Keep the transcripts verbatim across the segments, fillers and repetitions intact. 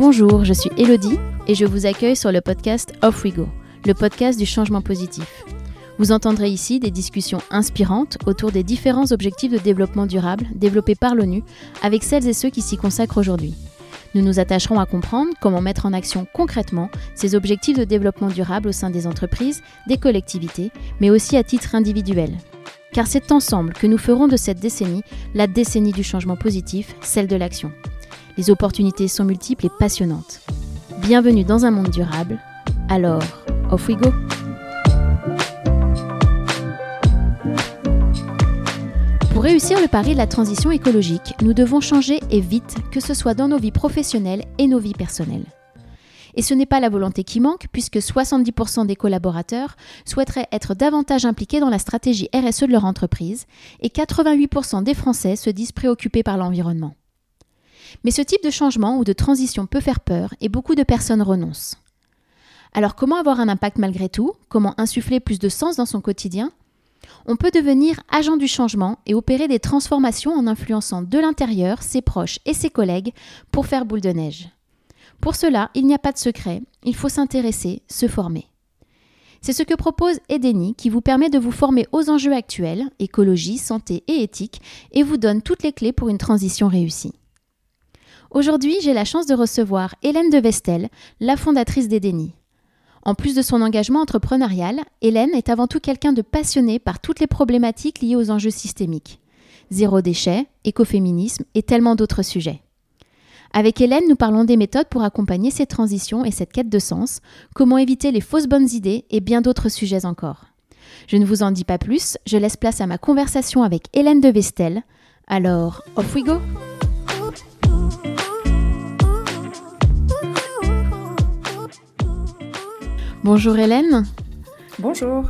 Bonjour, je suis Elodie et je vous accueille sur le podcast Off We Go, le podcast du changement positif. Vous entendrez ici des discussions inspirantes autour des différents objectifs de développement durable développés par l'ONU avec celles et ceux qui s'y consacrent aujourd'hui. Nous nous attacherons à comprendre comment mettre en action concrètement ces objectifs de développement durable au sein des entreprises, des collectivités, mais aussi à titre individuel. Car c'est ensemble que nous ferons de cette décennie la décennie du changement positif, celle de l'action. Les opportunités sont multiples et passionnantes. Bienvenue dans un monde durable. Alors, off we go! Pour réussir le pari de la transition écologique, nous devons changer et vite, que ce soit dans nos vies professionnelles et nos vies personnelles. Et ce n'est pas la volonté qui manque, puisque soixante-dix pour cent des collaborateurs souhaiteraient être davantage impliqués dans la stratégie R S E de leur entreprise et quatre-vingt-huit pour cent des Français se disent préoccupés par l'environnement. Mais ce type de changement ou de transition peut faire peur et beaucoup de personnes renoncent. Alors comment avoir un impact malgré tout ? Comment insuffler plus de sens dans son quotidien ? On peut devenir agent du changement et opérer des transformations en influençant de l'intérieur ses proches et ses collègues pour faire boule de neige. Pour cela, il n'y a pas de secret, il faut s'intéresser, se former. C'est ce que propose Edeni qui vous permet de vous former aux enjeux actuels, écologie, santé et éthique, et vous donne toutes les clés pour une transition réussie. Aujourd'hui, j'ai la chance de recevoir Hélène de Vestel, la fondatrice d'Edeni. En plus de son engagement entrepreneurial, Hélène est avant tout quelqu'un de passionné par toutes les problématiques liées aux enjeux systémiques. Zéro déchet, écoféminisme et tellement d'autres sujets. Avec Hélène, nous parlons des méthodes pour accompagner ces transitions et cette quête de sens, comment éviter les fausses bonnes idées et bien d'autres sujets encore. Je ne vous en dis pas plus, je laisse place à ma conversation avec Hélène de Vestel. Alors, off we go! Bonjour Hélène. Bonjour.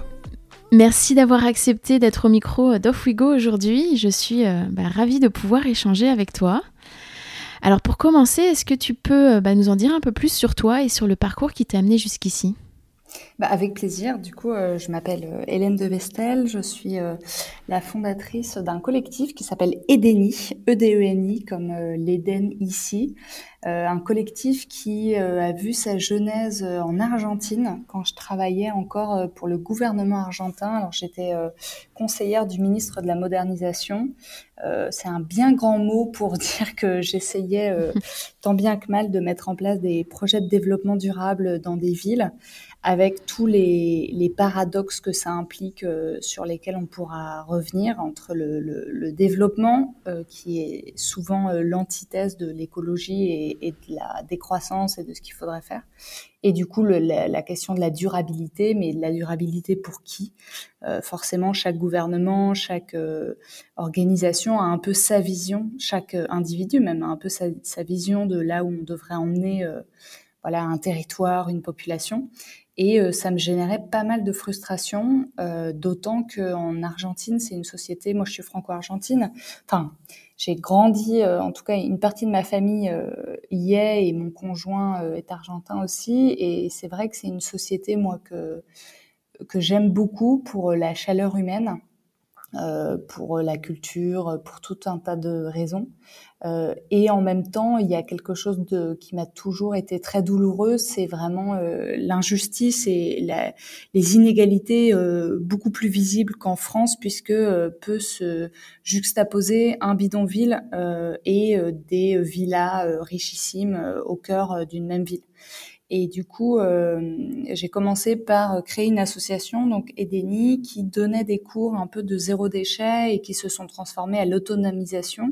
Merci d'avoir accepté d'être au micro d'Off We Go aujourd'hui. Je suis euh, bah, ravie de pouvoir échanger avec toi. Alors pour commencer, est-ce que tu peux bah, nous en dire un peu plus sur toi et sur le parcours qui t'a amené jusqu'ici ? Bah, avec plaisir. Du coup, euh, je m'appelle euh, Hélène de Vestel. Je suis euh, la fondatrice d'un collectif qui s'appelle Edeni, E D E N I, comme euh, l'Éden ici. Euh, un collectif qui euh, a vu sa genèse euh, en Argentine, quand je travaillais encore euh, pour le gouvernement argentin. Alors, j'étais euh, conseillère du ministre de la Modernisation. Euh, c'est un bien grand mot pour dire que j'essayais euh, tant bien que mal de mettre en place des projets de développement durable dans des villes, avec tous les, les paradoxes que ça implique, euh, sur lesquels on pourra revenir, entre le, le, le développement, euh, qui est souvent euh, l'antithèse de l'écologie et, et de la décroissance et de ce qu'il faudrait faire, et du coup le, la, la question de la durabilité, mais de la durabilité pour qui ? euh, Forcément, chaque gouvernement, chaque euh, organisation a un peu sa vision, chaque individu même a un peu sa, sa vision de là où on devrait emmener euh, voilà, un territoire, une population. Et euh, ça me générait pas mal de frustration, euh, d'autant qu'en Argentine, c'est une société, moi je suis franco-argentine, enfin j'ai grandi, euh, en tout cas une partie de ma famille euh, y est, et mon conjoint euh, est argentin aussi, et c'est vrai que c'est une société, moi, que, que j'aime beaucoup pour la chaleur humaine, euh, pour la culture, pour tout un tas de raisons. Euh, et en même temps, il y a quelque chose de, qui m'a toujours été très douloureux, c'est vraiment euh, l'injustice et la, les inégalités euh, beaucoup plus visibles qu'en France, puisque euh, peut se juxtaposer un bidonville euh, et euh, des villas euh, richissimes euh, au cœur euh, d'une même ville. Et du coup, euh, j'ai commencé par créer une association, donc Edeni, qui donnait des cours un peu de zéro déchet et qui se sont transformés à l'autonomisation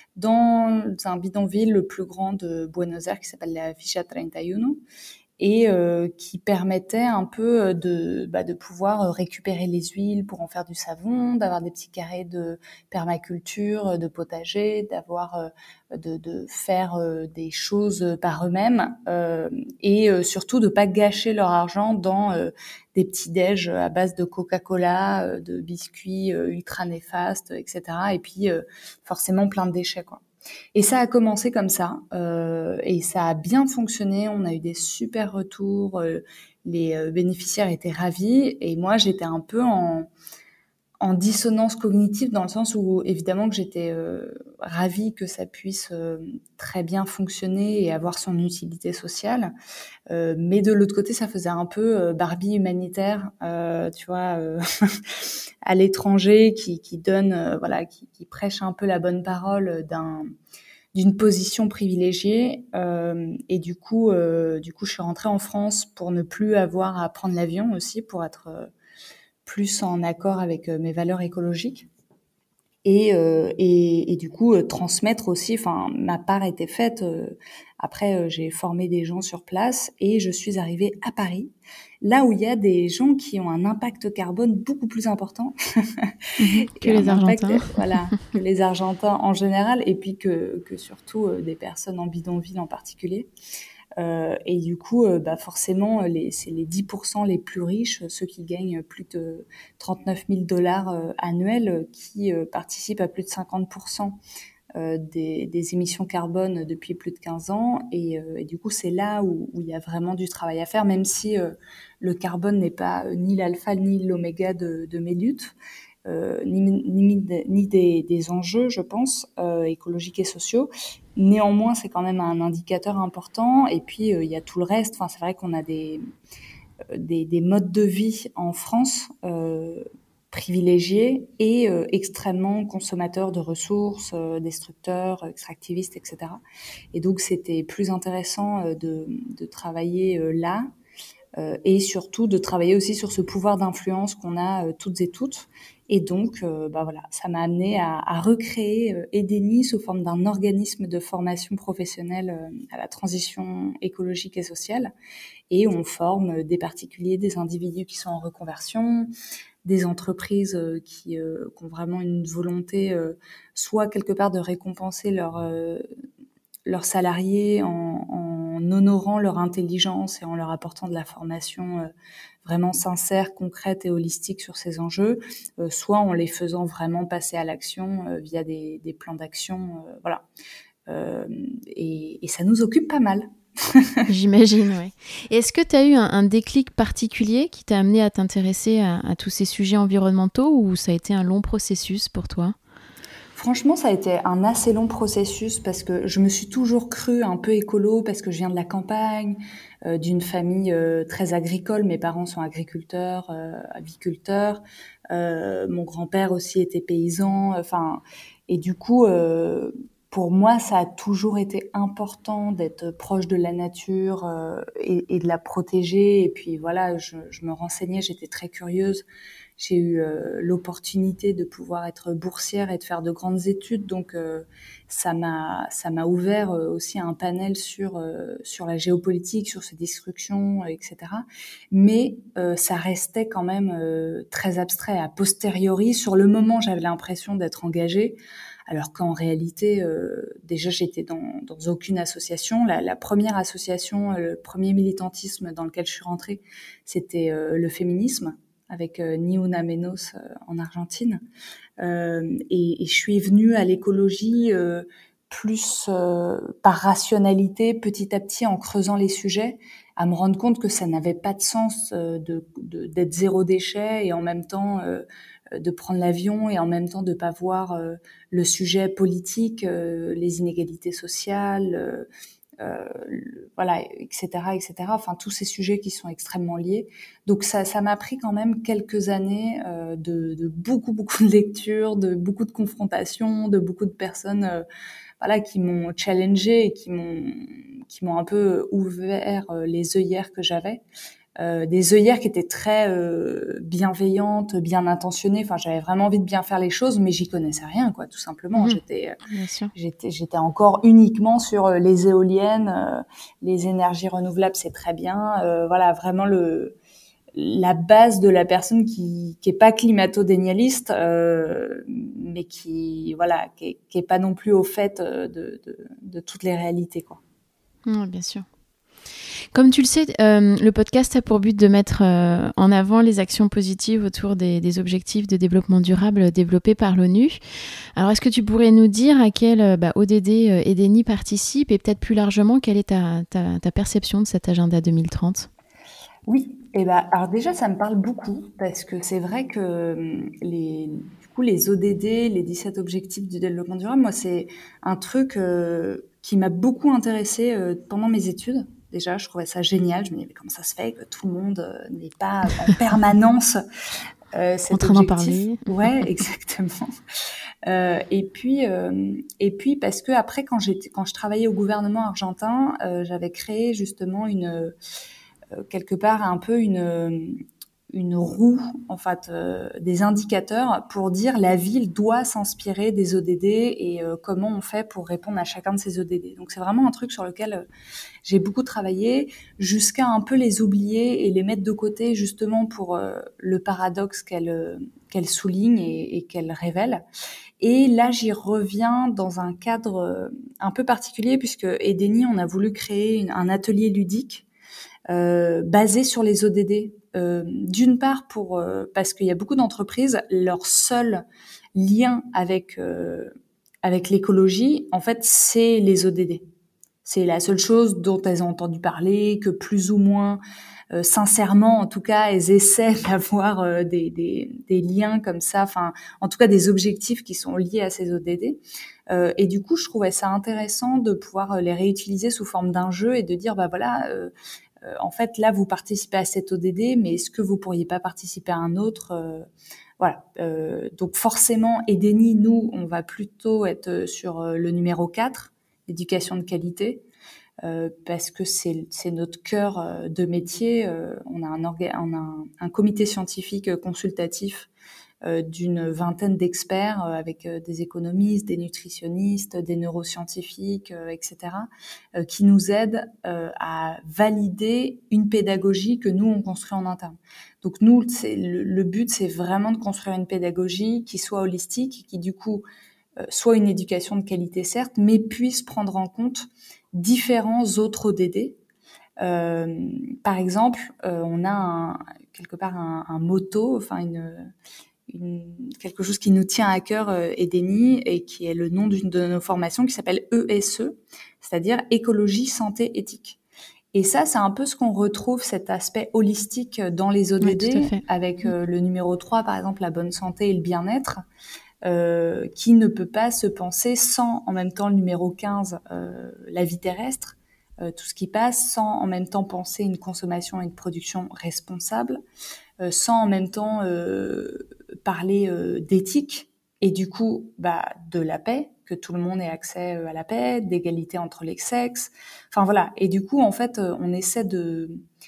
dans un bidonville le plus grand de Buenos Aires qui s'appelle la Villa treinta y uno, et euh, qui permettait un peu de, bah, de pouvoir récupérer les huiles pour en faire du savon, d'avoir des petits carrés de permaculture, de potager, d'avoir euh, de, de faire euh, des choses par eux-mêmes, euh, et euh, surtout de pas gâcher leur argent dans euh, des petits déj à base de Coca-Cola, euh, de biscuits euh, ultra néfastes, et cetera. Et puis euh, forcément plein de déchets, quoi. Et ça a commencé comme ça, euh, et ça a bien fonctionné. On a eu des super retours, euh, les euh, bénéficiaires étaient ravis, et moi j'étais un peu en en dissonance cognitive dans le sens où évidemment que j'étais euh, ravie que ça puisse euh, très bien fonctionner et avoir son utilité sociale, euh, mais de l'autre côté ça faisait un peu euh, Barbie humanitaire, euh, tu vois, euh, à l'étranger qui, qui donne, euh, voilà, qui, qui prêche un peu la bonne parole d'un d'une position privilégiée, euh, et du coup, euh, du coup, je suis rentrée en France pour ne plus avoir à prendre l'avion aussi, pour être euh, plus en accord avec euh, mes valeurs écologiques. Et, euh, et, et du coup, euh, transmettre aussi, enfin, ma part était faite. Euh, après, euh, j'ai formé des gens sur place et je suis arrivée à Paris, là où il y a des gens qui ont un impact carbone beaucoup plus important Mmh, que et les un impact, Argentins. voilà, que les Argentins en général, et puis que, que surtout euh, des personnes en bidonville en particulier. Euh, et du coup, euh, bah forcément, les, c'est les dix pour cent les plus riches, ceux qui gagnent plus de trente-neuf mille dollars euh, annuels, qui euh, participent à plus de cinquante pour cent euh, des, des émissions carbone depuis plus de quinze ans. Et, euh, et du coup, c'est là où, où il y a vraiment du travail à faire, même si euh, le carbone n'est pas euh, ni l'alpha ni l'oméga de, de mes luttes. Euh, ni, ni, ni des, des enjeux, je pense, euh, écologiques et sociaux. Néanmoins, c'est quand même un indicateur important. Et puis, il euh, y a tout le reste. Enfin, c'est vrai qu'on a des, des, des modes de vie en France euh, privilégiés et euh, extrêmement consommateurs de ressources, euh, destructeurs, extractivistes, et cetera. Et donc, c'était plus intéressant euh, de, de travailler euh, là. Euh, et surtout de travailler aussi sur ce pouvoir d'influence qu'on a euh, toutes et toutes. Et donc, euh, bah voilà, ça m'a amené à, à recréer euh, Edeni sous forme d'un organisme de formation professionnelle euh, à la transition écologique et sociale. Et on forme des particuliers, des individus qui sont en reconversion, des entreprises euh, qui, euh, qui ont vraiment une volonté, euh, soit quelque part de récompenser leur, euh, leurs salariés en, en honorant leur intelligence et en leur apportant de la formation euh, vraiment sincère, concrète et holistique sur ces enjeux, euh, soit en les faisant vraiment passer à l'action euh, via des, des plans d'action, euh, voilà. Euh, et, et ça nous occupe pas mal. J'imagine, oui. Est-ce que tu as eu un, un déclic particulier qui t'a amené à t'intéresser à, à tous ces sujets environnementaux, ou ça a été un long processus pour toi ? Franchement, ça a été un assez long processus parce que je me suis toujours crue un peu écolo parce que je viens de la campagne, euh, d'une famille euh, très agricole. Mes parents sont agriculteurs, euh, aviculteurs. Euh, mon grand-père aussi était paysan. Enfin, et du coup, euh, pour moi, ça a toujours été important d'être proche de la nature euh, et, et de la protéger. Et puis voilà, je, je me renseignais, j'étais très curieuse. J'ai eu euh, l'opportunité de pouvoir être boursière et de faire de grandes études, donc euh, ça m'a ça m'a ouvert euh, aussi un panel sur euh, sur la géopolitique, sur ces destructions, et cetera. Mais euh, ça restait quand même euh, très abstrait. A posteriori, sur le moment, j'avais l'impression d'être engagée, alors qu'en réalité, euh, déjà, j'étais dans dans aucune association. La, la première association, le premier militantisme dans lequel je suis rentrée, c'était euh, le féminisme, avec euh, Ni Una Menos euh, en Argentine. Euh, et, et je suis venue à l'écologie euh, plus euh, par rationalité, petit à petit, en creusant les sujets, à me rendre compte que ça n'avait pas de sens euh, de, de, d'être zéro déchet et en même temps euh, de prendre l'avion et en même temps de pas voir euh, le sujet politique, euh, les inégalités sociales, euh, Euh, voilà, et cetera, et cetera. Enfin, tous ces sujets qui sont extrêmement liés. Donc, ça, ça m'a pris quand même quelques années euh, de, de beaucoup, beaucoup de lectures, de beaucoup de confrontations, de beaucoup de personnes, euh, voilà, qui m'ont challengée et qui m'ont, qui m'ont un peu ouvert euh, les œillères que j'avais. Euh, des œillères qui étaient très euh, bienveillantes, bien intentionnées. Enfin, j'avais vraiment envie de bien faire les choses, mais j'y connaissais rien, quoi, tout simplement. Mmh, j'étais, euh, bien sûr. j'étais, j'étais encore uniquement sur euh, les éoliennes, euh, les énergies renouvelables, c'est très bien. Euh, voilà, vraiment le la base de la personne qui qui est pas climato-dénialiste, euh, mais qui voilà, qui est, qui est pas non plus au fait de de, de toutes les réalités, quoi. Mmh, bien sûr. Comme tu le sais, euh, le podcast a pour but de mettre euh, en avant les actions positives autour des, des objectifs de développement durable développés par l'ONU. Alors, est-ce que tu pourrais nous dire à quel bah, O D D euh, Edeni participe, et peut-être plus largement, quelle est ta, ta, ta perception de cet agenda deux mille trente ? Oui, Et bah, alors déjà, ça me parle beaucoup parce que c'est vrai que hum, les, du coup, les O D D, les dix-sept objectifs du développement durable, moi, c'est un truc euh, qui m'a beaucoup intéressée euh, pendant mes études. Déjà, je trouvais ça génial. Je me disais, mais comment ça se fait que tout le monde euh, n'est pas en permanence euh, En cet train d'en objectif? parler. Ouais, exactement. Euh, et puis, euh, et puis parce que après, quand j'étais, quand je travaillais au gouvernement argentin, euh, j'avais créé justement une euh, quelque part un peu une une roue, en fait, euh, des indicateurs pour dire la ville doit s'inspirer des O D D et euh, comment on fait pour répondre à chacun de ces O D D. Donc c'est vraiment un truc sur lequel euh, j'ai beaucoup travaillé, jusqu'à un peu les oublier et les mettre de côté justement pour euh, le paradoxe qu'elle euh, qu'elle souligne et, et qu'elle révèle. Et là, j'y reviens dans un cadre euh, un peu particulier puisque Edeni, on a voulu créer une, un atelier ludique euh, basé sur les O D D. Euh, d'une part pour euh, parce qu'il y a beaucoup d'entreprises, leur seul lien avec euh, avec l'écologie, en fait, c'est les O D D. C'est la seule chose dont elles ont entendu parler, que plus ou moins euh, sincèrement, en tout cas, elles essaient d'avoir euh, des, des, des liens comme ça, enfin, en tout cas des objectifs qui sont liés à ces O D D. Euh, et du coup, je trouvais ça intéressant de pouvoir les réutiliser sous forme d'un jeu et de dire, bah voilà, euh, euh, en fait, là, vous participez à cet O D D, mais est-ce que vous pourriez pas participer à un autre euh, Voilà. Euh, donc forcément, Edeni, nous, on va plutôt être sur euh, le numéro quatre, l'éducation de qualité, euh, parce que c'est, c'est notre cœur euh, de métier. Euh, on a, un, orga- on a un, un comité scientifique euh, consultatif euh, d'une vingtaine d'experts euh, avec euh, des économistes, des nutritionnistes, des neuroscientifiques, euh, et cetera, euh, qui nous aident euh, à valider une pédagogie que nous, on construit en interne. Donc nous, c'est, le, le but, c'est vraiment de construire une pédagogie qui soit holistique, qui du coup euh, soit une éducation de qualité, certes, mais puisse prendre en compte différents autres O D D. Euh, par exemple, euh, on a un, quelque part un, un motto, enfin une une, quelque chose qui nous tient à cœur, euh, Edeni, et qui est le nom d'une de nos formations, qui s'appelle E S E, c'est-à-dire écologie, santé, éthique. Et ça, c'est un peu ce qu'on retrouve, cet aspect holistique dans les Ouais, tout à O D D, fait. avec euh, le numéro trois, par exemple, la bonne santé et le bien-être, euh, qui ne peut pas se penser sans, en même temps, le numéro quinze, euh, la vie terrestre, euh, tout ce qui passe, sans en même temps penser une consommation et une production responsable, euh, sans en même temps euh, parler euh, d'éthique et du coup bah, de la paix, que tout le monde ait accès euh, à la paix, d'égalité entre les sexes. Enfin voilà. Et du coup, en fait, euh, on essaie de,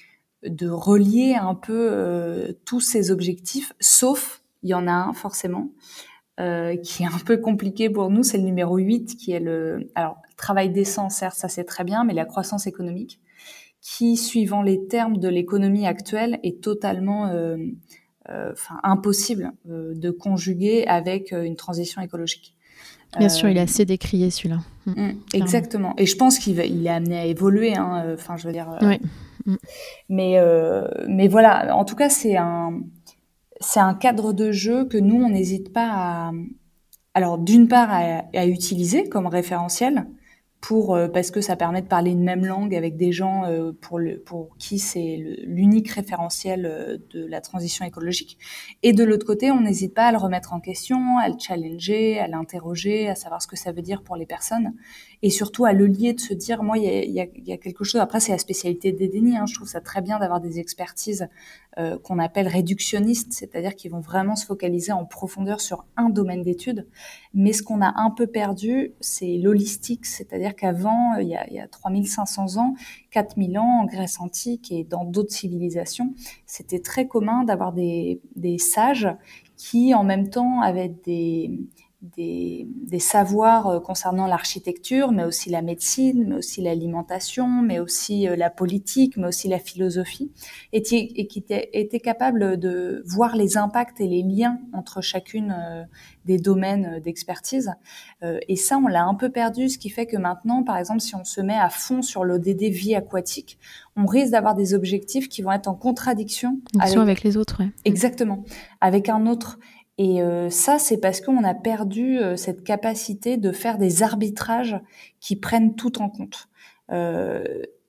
de relier un peu euh, tous ces objectifs, sauf, il y en a un forcément, euh, qui est un peu compliqué pour nous, c'est le numéro huit, qui est le... Alors, travail décent, certes, ça c'est très bien, mais la croissance économique, qui, suivant les termes de l'économie actuelle, est totalement euh, euh, enfin, impossible euh, de conjuguer avec euh, une transition écologique. Bien sûr, Euh, il est assez décrié celui-là. Mm, mm, clairement. exactement. Et je pense qu'il va, il est amené à évoluer. Hein, euh, enfin, je veux dire. Euh, Ouais. Mm. mais, euh, mais voilà. En tout cas, c'est un, c'est un cadre de jeu que nous, on n'hésite pas à, alors d'une part à, à utiliser comme référentiel pour euh, parce que ça permet de parler une même langue avec des gens euh, pour le pour qui c'est le- l'unique référentiel euh, de la transition écologique. Et de l'autre côté, on n'hésite pas à le remettre en question, à le challenger, à l'interroger, à savoir ce que ça veut dire pour les personnes, et surtout à le lier, de se dire, moi, il y a, il y a, il y a quelque chose. Après, c'est la spécialité d'Edeni. Hein, je trouve ça très bien d'avoir des expertises euh, qu'on appelle réductionnistes, c'est-à-dire qu'ils vont vraiment se focaliser en profondeur sur un domaine d'étude. Mais ce qu'on a un peu perdu, c'est l'holistique, c'est-à-dire qu'avant, il y a, il y a trois mille cinq cents ans, quatre mille ans, en Grèce antique et dans d'autres civilisations, c'était très commun d'avoir des, des sages qui, en même temps, avaient des, des, des savoirs concernant l'architecture, mais aussi la médecine, mais aussi l'alimentation, mais aussi la politique, mais aussi la philosophie, et qui, et qui étaient capables de voir les impacts et les liens entre chacune des domaines d'expertise. Et ça, on l'a un peu perdu, ce qui fait que maintenant, par exemple, si on se met à fond sur l'O D D vie aquatique, on risque d'avoir des objectifs qui vont être en contradiction avec, avec, avec les autres. Ouais. Exactement, avec un autre. Et euh, ça, c'est parce qu'on a perdu euh, cette capacité de faire des arbitrages qui prennent tout en compte. Euh,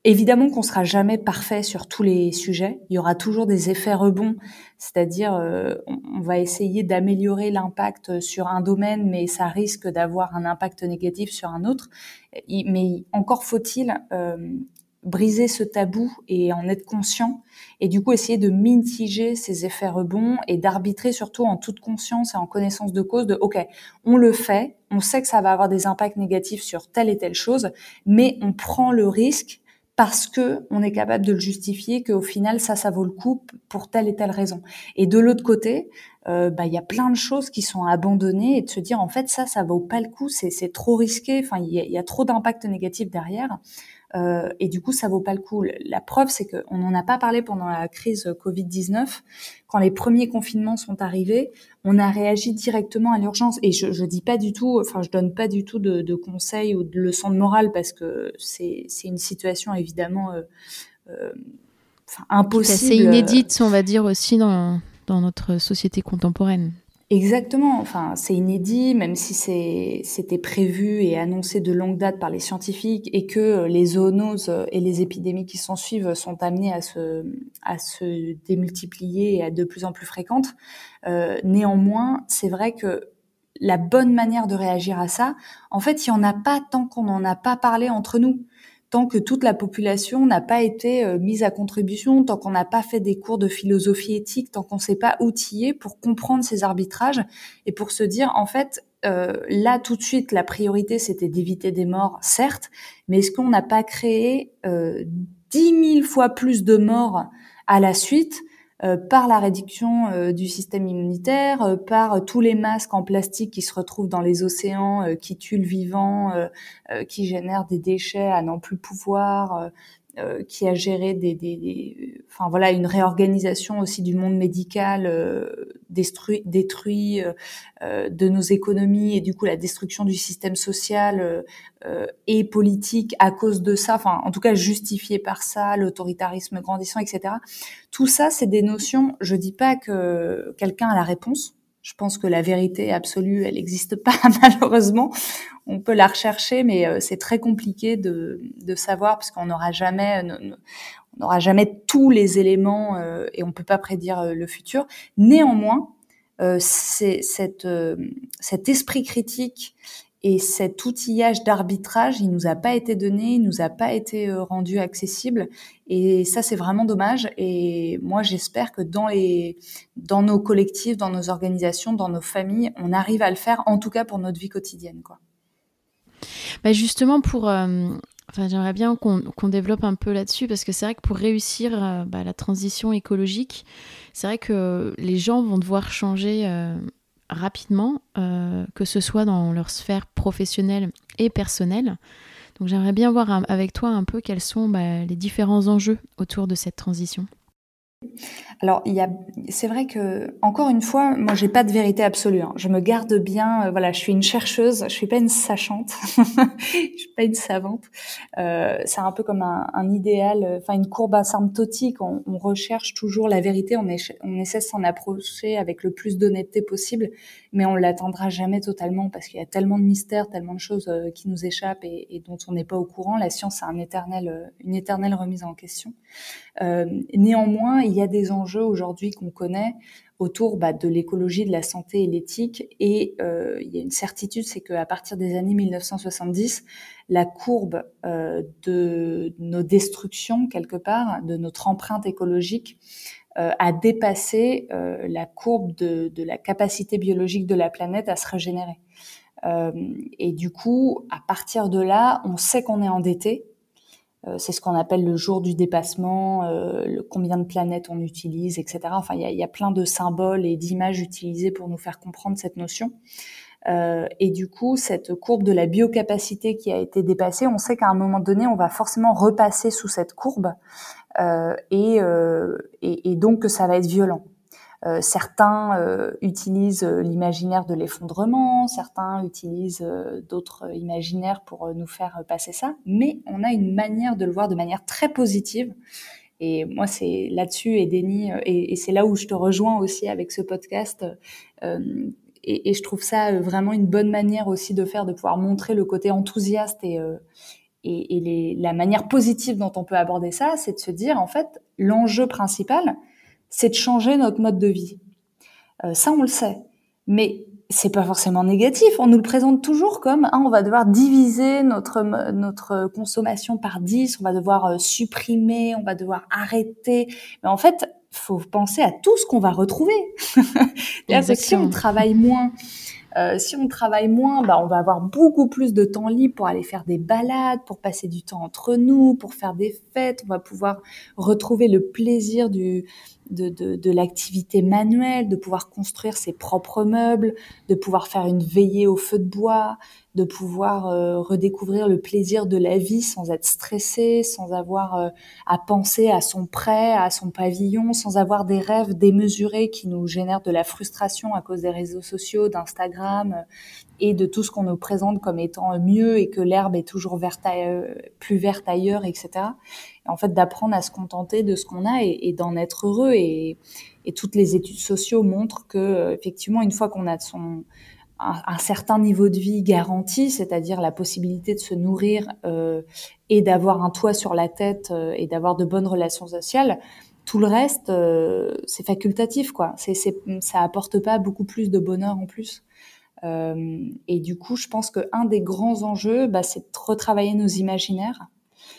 évidemment qu'on sera jamais parfait sur tous les sujets. Il y aura toujours des effets rebonds, c'est-à-dire euh, on, on va essayer d'améliorer l'impact sur un domaine, mais ça risque d'avoir un impact négatif sur un autre. Mais encore faut-il euh, briser ce tabou et en être conscient, et du coup essayer de mitiger ces effets rebonds et d'arbitrer surtout en toute conscience et en connaissance de cause de ok, on le fait, on sait que ça va avoir des impacts négatifs sur telle et telle chose, mais on prend le risque parce que on est capable de le justifier, qu'au final ça ça vaut le coup pour telle et telle raison. Et de l'autre côté, euh, bah il y a plein de choses qui sont abandonnées, et de se dire en fait ça ça vaut pas le coup, c'est c'est trop risqué, enfin il y a, il y a trop d'impacts négatifs derrière. Euh, et du coup, ça vaut pas le coup. La preuve, c'est qu'on n'en a pas parlé pendant la crise covid dix-neuf. Quand les premiers confinements sont arrivés, on a réagi directement à l'urgence. Et je, je dis pas du tout, enfin, je donne pas du tout de, de conseils ou de leçons de morale, parce que c'est, c'est une situation évidemment euh, euh, enfin, impossible. C'est assez inédite, on va dire, aussi dans, dans notre société contemporaine. Exactement. Enfin, c'est inédit, même si c'est, c'était prévu et annoncé de longue date par les scientifiques, et que les zoonoses et les épidémies qui s'en suivent sont amenées à se, à se démultiplier et à être de plus en plus fréquentes. Euh, néanmoins, c'est vrai que la bonne manière de réagir à ça, en fait, il y en a pas tant qu'on n'en a pas parlé entre nous. Tant que toute la population n'a pas été euh, mise à contribution, tant qu'on n'a pas fait des cours de philosophie éthique, tant qu'on s'est pas outillé pour comprendre ces arbitrages et pour se dire, en fait, euh, là, tout de suite, la priorité, c'était d'éviter des morts, certes, mais est-ce qu'on n'a pas créé euh, dix mille fois plus de morts à la suite Euh, par la réduction euh, du système immunitaire, euh, par euh, tous les masques en plastique qui se retrouvent dans les océans, euh, qui tuent le vivant, euh, euh, qui génèrent des déchets à n'en plus pouvoir, euh, euh, qui a géré des, des, des, enfin voilà, une réorganisation aussi du monde médical euh, détruit, détruit euh, euh, de nos économies, et du coup la destruction du système social euh, euh, et politique à cause de ça, enfin en tout cas justifié par ça, l'autoritarisme grandissant, et cetera. Tout ça, c'est des notions. Je dis pas que quelqu'un a la réponse. Je pense que la vérité absolue, elle n'existe pas, malheureusement. On peut la rechercher, mais euh, c'est très compliqué de, de savoir, parce qu'on n'aura jamais, euh, on n'aura jamais tous les éléments euh, et on peut pas prédire euh, le futur. Néanmoins, euh, c'est cette, euh, cet esprit critique et cet outillage d'arbitrage, il nous a pas été donné, il nous a pas été euh, rendu accessible, et ça c'est vraiment dommage. Et moi j'espère que dans les, dans nos collectifs, dans nos organisations, dans nos familles, on arrive à le faire, en tout cas pour notre vie quotidienne, quoi. Bah justement, pour, euh, enfin, j'aimerais bien qu'on, qu'on développe un peu là-dessus, parce que c'est vrai que pour réussir euh, bah, la transition écologique, c'est vrai que les gens vont devoir changer euh, rapidement, euh, que ce soit dans leur sphère professionnelle et personnelle. Donc j'aimerais bien voir un, avec toi un peu quels sont bah, les différents enjeux autour de cette transition. Alors, il y a, c'est vrai que, encore une fois, moi, j'ai pas de vérité absolue, hein. Je me garde bien, euh, voilà, je suis une chercheuse, je suis pas une sachante, je suis pas une savante. Euh, c'est un peu comme un, un idéal, enfin, une courbe asymptotique. On, on recherche toujours la vérité, on, est, on essaie de s'en approcher avec le plus d'honnêteté possible, mais on l'atteindra jamais totalement, parce qu'il y a tellement de mystères, tellement de choses euh, qui nous échappent et, et dont on n'est pas au courant. La science, c'est un éternel, euh, une éternelle remise en question. Euh, néanmoins, il y a des enjeux aujourd'hui qu'on connaît autour bah, de l'écologie, de la santé et l'éthique, et euh, il y a une certitude, c'est qu'à partir des années mille neuf cent soixante-dix, la courbe euh, de nos destructions, quelque part, de notre empreinte écologique, euh, a dépassé euh, la courbe de, de la capacité biologique de la planète à se régénérer. Euh, et du coup, à partir de là, on sait qu'on est endetté. Euh, c'est ce qu'on appelle le jour du dépassement, euh, le, combien de planètes on utilise, et cetera. Enfin, il y a, y a plein de symboles et d'images utilisées pour nous faire comprendre cette notion. Euh, et du coup, cette courbe de la biocapacité qui a été dépassée, on sait qu'à un moment donné, on va forcément repasser sous cette courbe, euh, et, euh, et, et donc que ça va être violent. Euh, certains euh, utilisent euh, l'imaginaire de l'effondrement, certains utilisent euh, d'autres imaginaires pour euh, nous faire passer ça, mais on a une manière de le voir de manière très positive. Et moi, c'est là-dessus, et Denis, euh, et, et c'est là où je te rejoins aussi avec ce podcast. Euh, et, et je trouve ça vraiment une bonne manière aussi de faire, de pouvoir montrer le côté enthousiaste et, euh, et, et les, la manière positive dont on peut aborder ça, c'est de se dire, en fait, l'enjeu principal, c'est de changer notre mode de vie. Euh, ça, on le sait. Mais c'est pas forcément négatif. On nous le présente toujours comme, hein, on va devoir diviser notre notre consommation par dix, on va devoir euh, supprimer, on va devoir arrêter. Mais en fait, faut penser à tout ce qu'on va retrouver. C'est-à-dire que si on travaille moins, euh, si on travaille moins, bah on va avoir beaucoup plus de temps libre pour aller faire des balades, pour passer du temps entre nous, pour faire des fêtes. On va pouvoir retrouver le plaisir du de, de, de l'activité manuelle, de pouvoir construire ses propres meubles, de pouvoir faire une veillée au feu de bois, de pouvoir euh, redécouvrir le plaisir de la vie sans être stressé, sans avoir euh, à penser à son prêt, à son pavillon, sans avoir des rêves démesurés qui nous génèrent de la frustration à cause des réseaux sociaux, d'Instagram euh, et de tout ce qu'on nous présente comme étant mieux et que l'herbe est toujours verte ailleurs, plus verte ailleurs, et cetera. Et en fait, d'apprendre à se contenter de ce qu'on a et, et d'en être heureux. Et, et toutes les études sociaux montrent que, effectivement, une fois qu'on a son un, un certain niveau de vie garanti, c'est-à-dire la possibilité de se nourrir euh, et d'avoir un toit sur la tête euh, et d'avoir de bonnes relations sociales, tout le reste, euh, c'est facultatif, quoi. C'est, c'est, ça apporte pas beaucoup plus de bonheur en plus. Euh, et du coup, je pense qu'un des grands enjeux, bah, c'est de retravailler nos imaginaires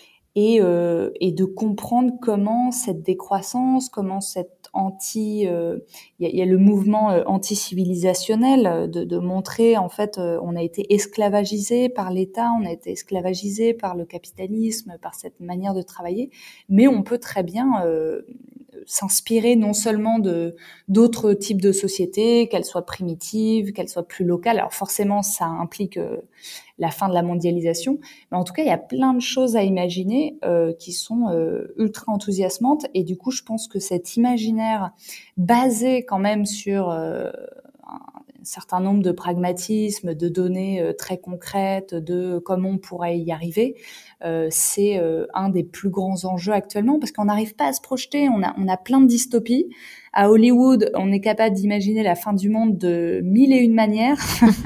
et, euh, et de comprendre comment cette décroissance, comment cette anti, il euh, y, y a le mouvement euh, anti-civilisationnel de, de montrer en fait, euh, on a été esclavagisé par l'État, on a été esclavagisé par le capitalisme, par cette manière de travailler, mais on peut très bien euh, s'inspirer non seulement de d'autres types de sociétés, qu'elles soient primitives, qu'elles soient plus locales. Alors forcément, ça implique euh, la fin de la mondialisation, mais en tout cas, il y a plein de choses à imaginer euh, qui sont euh, ultra enthousiasmantes. Et du coup, je pense que cet imaginaire basé quand même sur euh, un certain nombre de pragmatismes, de données euh, très concrètes, de comment on pourrait y arriver, euh, c'est euh, un des plus grands enjeux actuellement parce qu'on n'arrive pas à se projeter. On a, on a plein de dystopies. À Hollywood, on est capable d'imaginer la fin du monde de mille et une manières,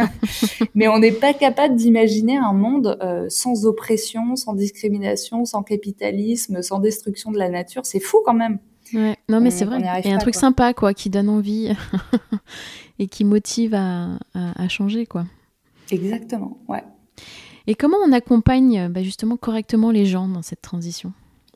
mais on n'est pas capable d'imaginer un monde euh, sans oppression, sans discrimination, sans capitalisme, sans destruction de la nature. C'est fou quand même. Ouais, non mais on, c'est vrai. Il y a un pas, truc quoi. Sympa quoi, qui donne envie et qui motive à, à, à changer quoi. Exactement, ouais. Et comment on accompagne bah, justement correctement les gens dans cette transition ?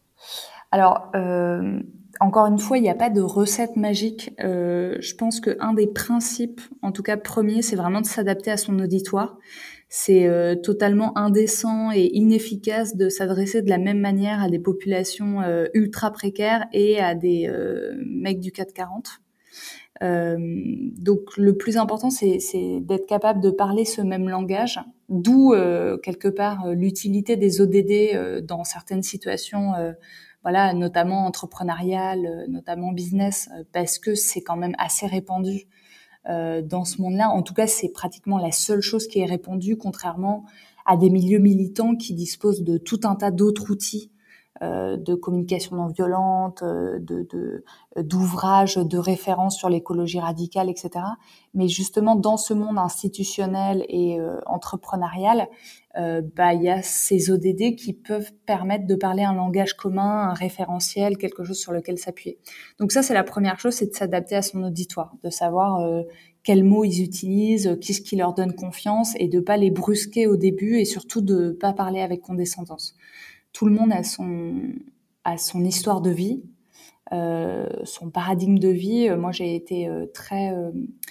Alors, euh, encore une fois, il n'y a pas de recette magique. Euh, je pense qu'un des principes, en tout cas premier, c'est vraiment de s'adapter à son auditoire. C'est euh, totalement indécent et inefficace de s'adresser de la même manière à des populations euh, ultra précaires et à des euh, mecs du quatre quarante. Euh, donc le plus important, c'est, c'est d'être capable de parler ce même langage, d'où euh, quelque part l'utilité des O D D euh, dans certaines situations, euh, voilà, notamment entrepreneuriales, notamment business, euh, parce que c'est quand même assez répandu euh, dans ce monde-là. En tout cas, c'est pratiquement la seule chose qui est répandue, contrairement à des milieux militants qui disposent de tout un tas d'autres outils. Euh, de communication non violente, euh, de, de, d'ouvrages, de références sur l'écologie radicale, et cetera. Mais justement, dans ce monde institutionnel et euh, entrepreneurial, euh, bah, il y a ces O D D qui peuvent permettre de parler un langage commun, un référentiel, quelque chose sur lequel s'appuyer. Donc ça, c'est la première chose, c'est de s'adapter à son auditoire, de savoir euh, quels mots ils utilisent, qu'est-ce qui leur donne confiance et de pas les brusquer au début et surtout de pas parler avec condescendance. Tout le monde a son, a son histoire de vie, euh, son paradigme de vie. Moi, j'ai été euh, très, euh,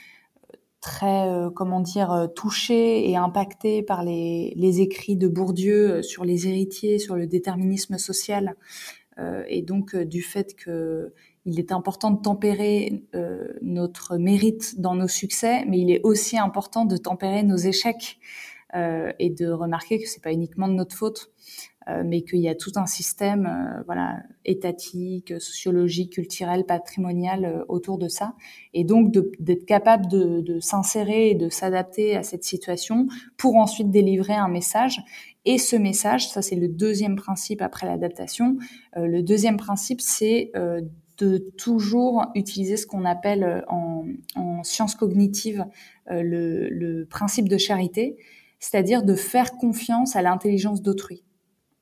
très, euh, comment dire, touchée et impactée par les, les écrits de Bourdieu sur les héritiers, sur le déterminisme social, euh, et donc euh, du fait que il est important de tempérer euh, notre mérite dans nos succès, mais il est aussi important de tempérer nos échecs euh, et de remarquer que c'est pas uniquement de notre faute. Euh, mais qu'il y a tout un système euh, voilà, étatique, sociologique, culturel, patrimonial euh, autour de ça. Et donc, de, d'être capable de, de s'insérer et de s'adapter à cette situation pour ensuite délivrer un message. Et ce message, ça c'est le deuxième principe après l'adaptation. Euh, le deuxième principe, c'est euh, de toujours utiliser ce qu'on appelle en, en sciences cognitives euh, le, le principe de charité, c'est-à-dire de faire confiance à l'intelligence d'autrui.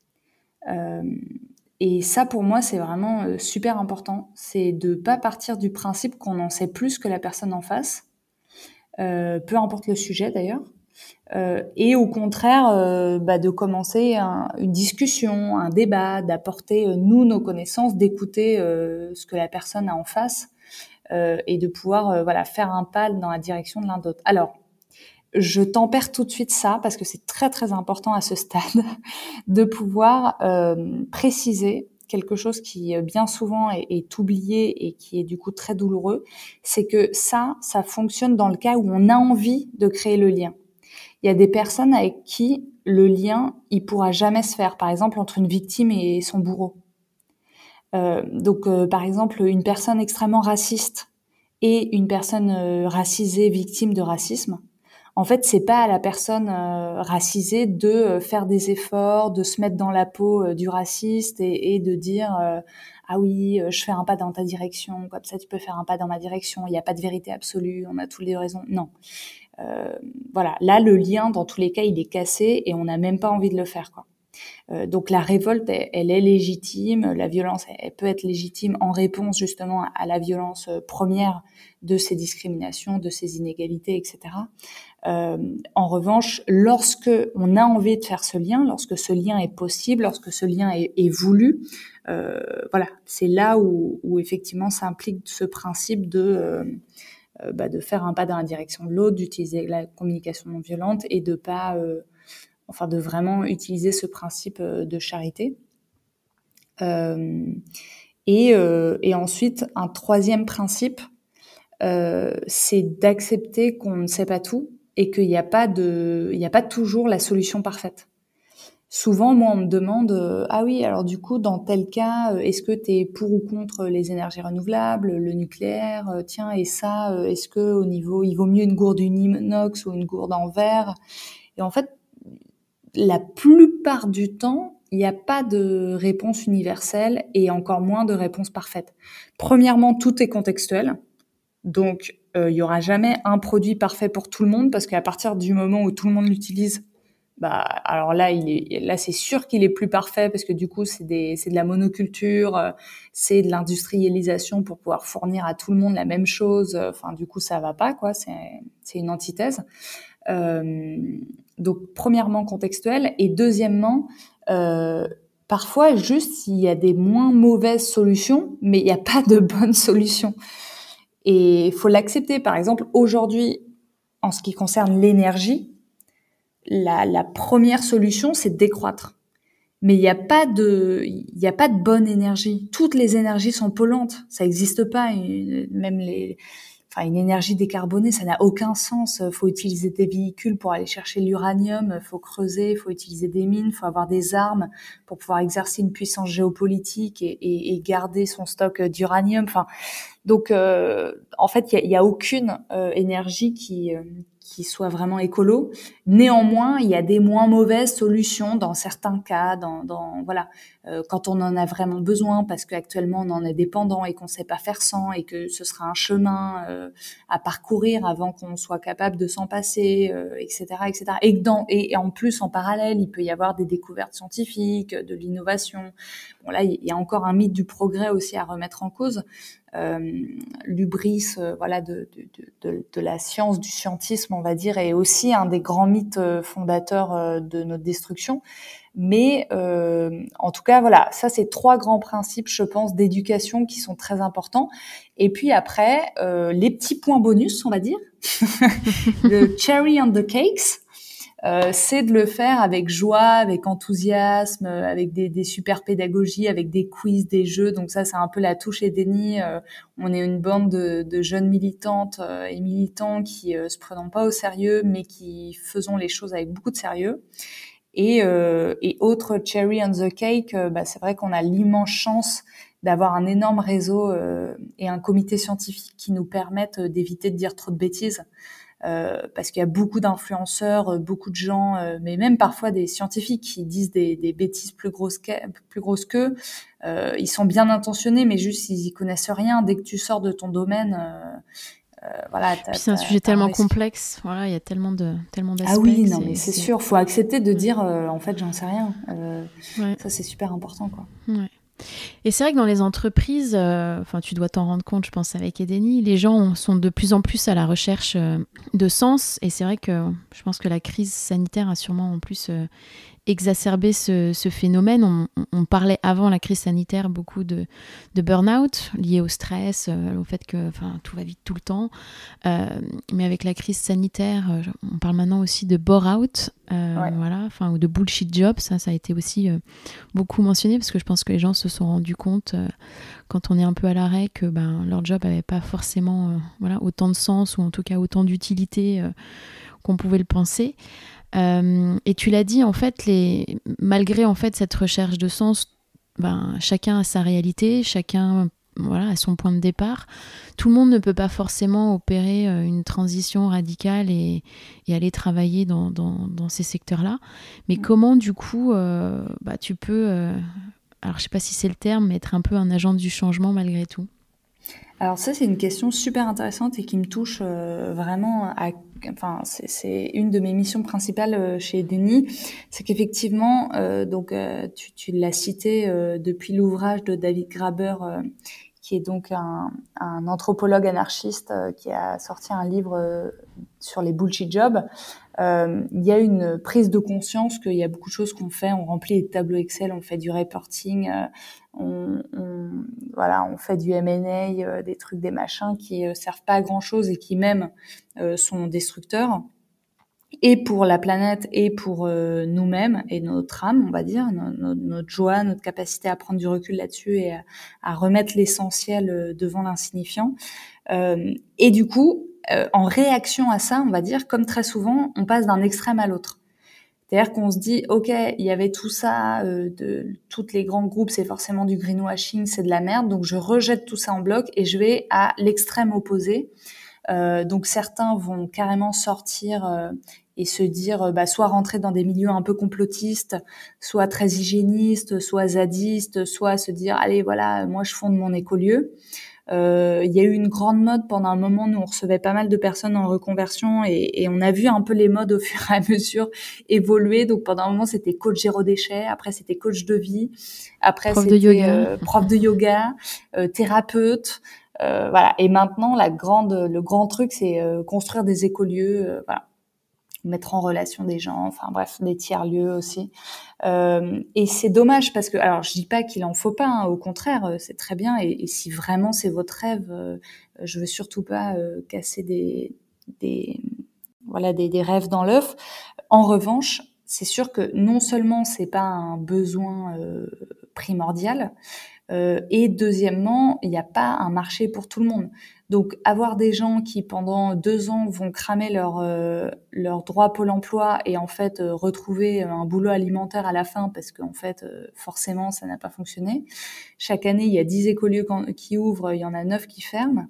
Euh, et ça, pour moi, c'est vraiment euh, super important. C'est de pas partir du principe qu'on en sait plus que la personne en face, euh, peu importe le sujet d'ailleurs. Euh, et au contraire, euh, bah, de commencer un, une discussion, un débat, d'apporter euh, nous nos connaissances, d'écouter euh, ce que la personne a en face euh, et de pouvoir euh, voilà faire un pas dans la direction de l'un d'autre. Alors, je tempère tout de suite ça parce que c'est très très important à ce stade de pouvoir euh, préciser quelque chose qui bien souvent est, est oublié et qui est du coup très douloureux, c'est que ça, ça fonctionne dans le cas où on a envie de créer le lien. Il y a des personnes avec qui le lien, il pourra jamais se faire, par exemple entre une victime et son bourreau. Euh, donc, euh, par exemple, une personne extrêmement raciste et une personne euh, racisée victime de racisme, en fait, c'est pas à la personne euh, racisée de euh, faire des efforts, de se mettre dans la peau euh, du raciste et, et de dire euh, ah oui, euh, je fais un pas dans ta direction, comme ça tu peux faire un pas dans ma direction. Il n'y a pas de vérité absolue, on a toutes les raisons. Non. Euh, voilà, là le lien dans tous les cas il est cassé et on n'a même pas envie de le faire quoi. Euh, donc la révolte elle, elle est légitime, la violence elle, elle peut être légitime en réponse justement à la violence première de ces discriminations, de ces inégalités, et cetera. Euh, en revanche, lorsque on a envie de faire ce lien, lorsque ce lien est possible, lorsque ce lien est, est voulu, euh, voilà, c'est là où, où effectivement ça implique ce principe de euh, Euh, bah, de faire un pas dans la direction de l'autre, d'utiliser la communication non violente et de pas, euh, enfin de vraiment utiliser ce principe euh, de charité. Euh, et, euh, et ensuite, un troisième principe, euh, c'est d'accepter qu'on ne sait pas tout et qu'il n'y a pas de, il n'y a pas toujours la solution parfaite. Souvent, moi, on me demande euh, ah oui, alors du coup, dans tel cas, euh, est-ce que tu es pour ou contre les énergies renouvelables, le nucléaire, euh, tiens, et ça, euh, est-ce que au niveau, il vaut mieux une gourde en inox ou une gourde en verre? Et en fait, la plupart du temps, il n'y a pas de réponse universelle et encore moins de réponse parfaite. Premièrement, tout est contextuel. Donc, euh, il y aura jamais un produit parfait pour tout le monde parce qu'à partir du moment où tout le monde l'utilise, bah alors là il est là c'est sûr qu'il est plus parfait parce que du coup c'est des c'est de la monoculture, euh, c'est de l'industrialisation pour pouvoir fournir à tout le monde la même chose. Enfin du coup ça va pas quoi, c'est c'est une antithèse. Euh, donc premièrement contextuel et deuxièmement euh, parfois juste il y a des moins mauvaises solutions mais il n'y a pas de bonnes solutions et il faut l'accepter. Par exemple aujourd'hui en ce qui concerne l'énergie, La, la première solution, c'est de décroître. Mais il n'y a pas de, il y a pas de bonne énergie. Toutes les énergies sont polluantes. Ça n'existe pas. Une, même les, enfin, une énergie décarbonée, ça n'a aucun sens. Il faut utiliser des véhicules pour aller chercher l'uranium. Il faut creuser. Il faut utiliser des mines. Il faut avoir des armes pour pouvoir exercer une puissance géopolitique et, et, et garder son stock d'uranium. Enfin, donc, euh, en fait, il y a, y a aucune euh, énergie qui euh, qui soit vraiment écolo. Néanmoins, il y a des moins mauvaises solutions dans certains cas, dans, dans voilà, euh, quand on en a vraiment besoin, parce qu'actuellement on en est dépendant et qu'on sait pas faire sans, et que ce sera un chemin euh, à parcourir avant qu'on soit capable de s'en passer, euh, et cetera, et cetera. Et, dans, et, et en plus, en parallèle, il peut y avoir des découvertes scientifiques, de l'innovation. Bon là, il y a encore un mythe du progrès aussi à remettre en cause. Euh, l'hubris, euh, voilà, de, de, de, de la science, du scientisme, on va dire, est aussi un des grands mythes fondateurs euh, de notre destruction. Mais euh, en tout cas, voilà, ça c'est trois grands principes, je pense, d'éducation qui sont très importants. Et puis après, euh, les petits points bonus, on va dire, le cherry on the cakes. Euh, c'est de le faire avec joie, avec enthousiasme, avec des, des super pédagogies, avec des quiz, des jeux. Donc ça, c'est un peu la touche Edeni. Euh, on est une bande de, de jeunes militantes euh, et militants qui euh, se prenons pas au sérieux, mais qui faisons les choses avec beaucoup de sérieux. Et, euh, et autre cherry on the cake, euh, bah, c'est vrai qu'on a l'immense chance d'avoir un énorme réseau euh, et un comité scientifique qui nous permettent d'éviter de dire trop de bêtises. Euh, parce qu'il y a beaucoup d'influenceurs, beaucoup de gens, euh, mais même parfois des scientifiques qui disent des, des bêtises plus grosses qu'eux. Plus grosses qu'eux. Euh, ils sont bien intentionnés, mais juste ils y connaissent rien. Dès que tu sors de ton domaine, euh, voilà, Puis c'est un sujet tellement complexe, voilà, il y a tellement de tellement d'aspects. Ah oui, non, mais c'est, c'est sûr, faut accepter de dire, euh, en fait, j'en sais rien. Euh, ouais. Ça, c'est super important, quoi. Ouais. Et c'est vrai que dans les entreprises, enfin, euh, tu dois t'en rendre compte, je pense, avec Edeni, les gens sont de plus en plus à la recherche euh, de sens. Et c'est vrai que je pense que la crise sanitaire a sûrement en plus euh, exacerbé ce, ce phénomène. On, on parlait avant la crise sanitaire beaucoup de, de burn-out lié au stress, euh, au fait que tout va vite tout le temps. Euh, mais avec la crise sanitaire, euh, on parle maintenant aussi de bore-out, euh, Ouais. voilà, ou de bullshit job. Ça, ça a été aussi euh, beaucoup mentionné parce que je pense que les gens se sont rendus compte euh, quand on est un peu à l'arrêt que ben, leur job n'avait pas forcément euh, voilà, autant de sens ou en tout cas autant d'utilité euh, qu'on pouvait le penser. Euh, et tu l'as dit, en fait, les... malgré en fait, cette recherche de sens, ben, chacun a sa réalité, chacun voilà, a son point de départ. Tout le monde ne peut pas forcément opérer euh, une transition radicale et, et aller travailler dans, dans, dans ces secteurs-là. Mais comment, du coup, euh, bah, tu peux, euh... alors je ne sais pas si c'est le terme, mais être un peu un agent du changement malgré tout? Alors ça, c'est une question super intéressante et qui me touche euh, vraiment. À, enfin, c'est, c'est une de mes missions principales euh, chez Edeni, c'est qu'effectivement, euh, donc euh, tu, tu l'as cité euh, depuis l'ouvrage de David Graeber, euh, qui est donc un, un anthropologue anarchiste euh, qui a sorti un livre euh, sur les bullshit jobs. Euh, il y a une prise de conscience qu'il y a beaucoup de choses qu'on fait. On remplit les tableaux Excel, on fait du reporting. Euh, On, on, voilà, on fait du M and A, euh, des trucs, des machins qui euh, servent pas à grand chose et qui même euh, sont destructeurs. Et pour la planète et pour euh, nous-mêmes et notre âme, on va dire, no, no, notre joie, notre capacité à prendre du recul là-dessus et à, à remettre l'essentiel devant l'insignifiant. Euh, et du coup, euh, en réaction à ça, on va dire, comme très souvent, on passe d'un extrême à l'autre. C'est-à-dire qu'on se dit, ok, il y avait tout ça, euh, de tous les grands groupes, c'est forcément du greenwashing, c'est de la merde, donc je rejette tout ça en bloc et je vais à l'extrême opposé. Euh, donc certains vont carrément sortir euh, et se dire, euh, bah, soit rentrer dans des milieux un peu complotistes, soit très hygiénistes, soit zadistes, soit se dire, allez, voilà, moi je fonde mon écolieu. Euh, il y a eu une grande mode pendant un moment, nous on recevait pas mal de personnes en reconversion et, et on a vu un peu les modes au fur et à mesure évoluer. Donc pendant un moment c'était coach zéro déchet, après c'était coach de vie, après prof c'était de yoga. Euh, prof de yoga, euh, thérapeute, euh, voilà. Et maintenant la grande, le grand truc c'est euh, construire des écolieux, euh, voilà, mettre en relation des gens, enfin bref, des tiers-lieux aussi. Euh, et c'est dommage parce que, alors je dis pas qu'il en faut pas, hein, au contraire, c'est très bien. Et, et si vraiment c'est votre rêve, euh, je veux surtout pas euh, casser des, des, voilà, des, des rêves dans l'œuf. En revanche, c'est sûr que non seulement c'est pas un besoin euh, primordial, euh, et deuxièmement, il n'y a pas un marché pour tout le monde. Donc, avoir des gens qui, pendant deux ans, vont cramer leur, euh, leur droit Pôle emploi et en fait euh, retrouver un boulot alimentaire à la fin parce qu'en fait, euh, forcément, ça n'a pas fonctionné. Chaque année, il y a dix écolieux qui ouvrent, il y en a neuf qui ferment.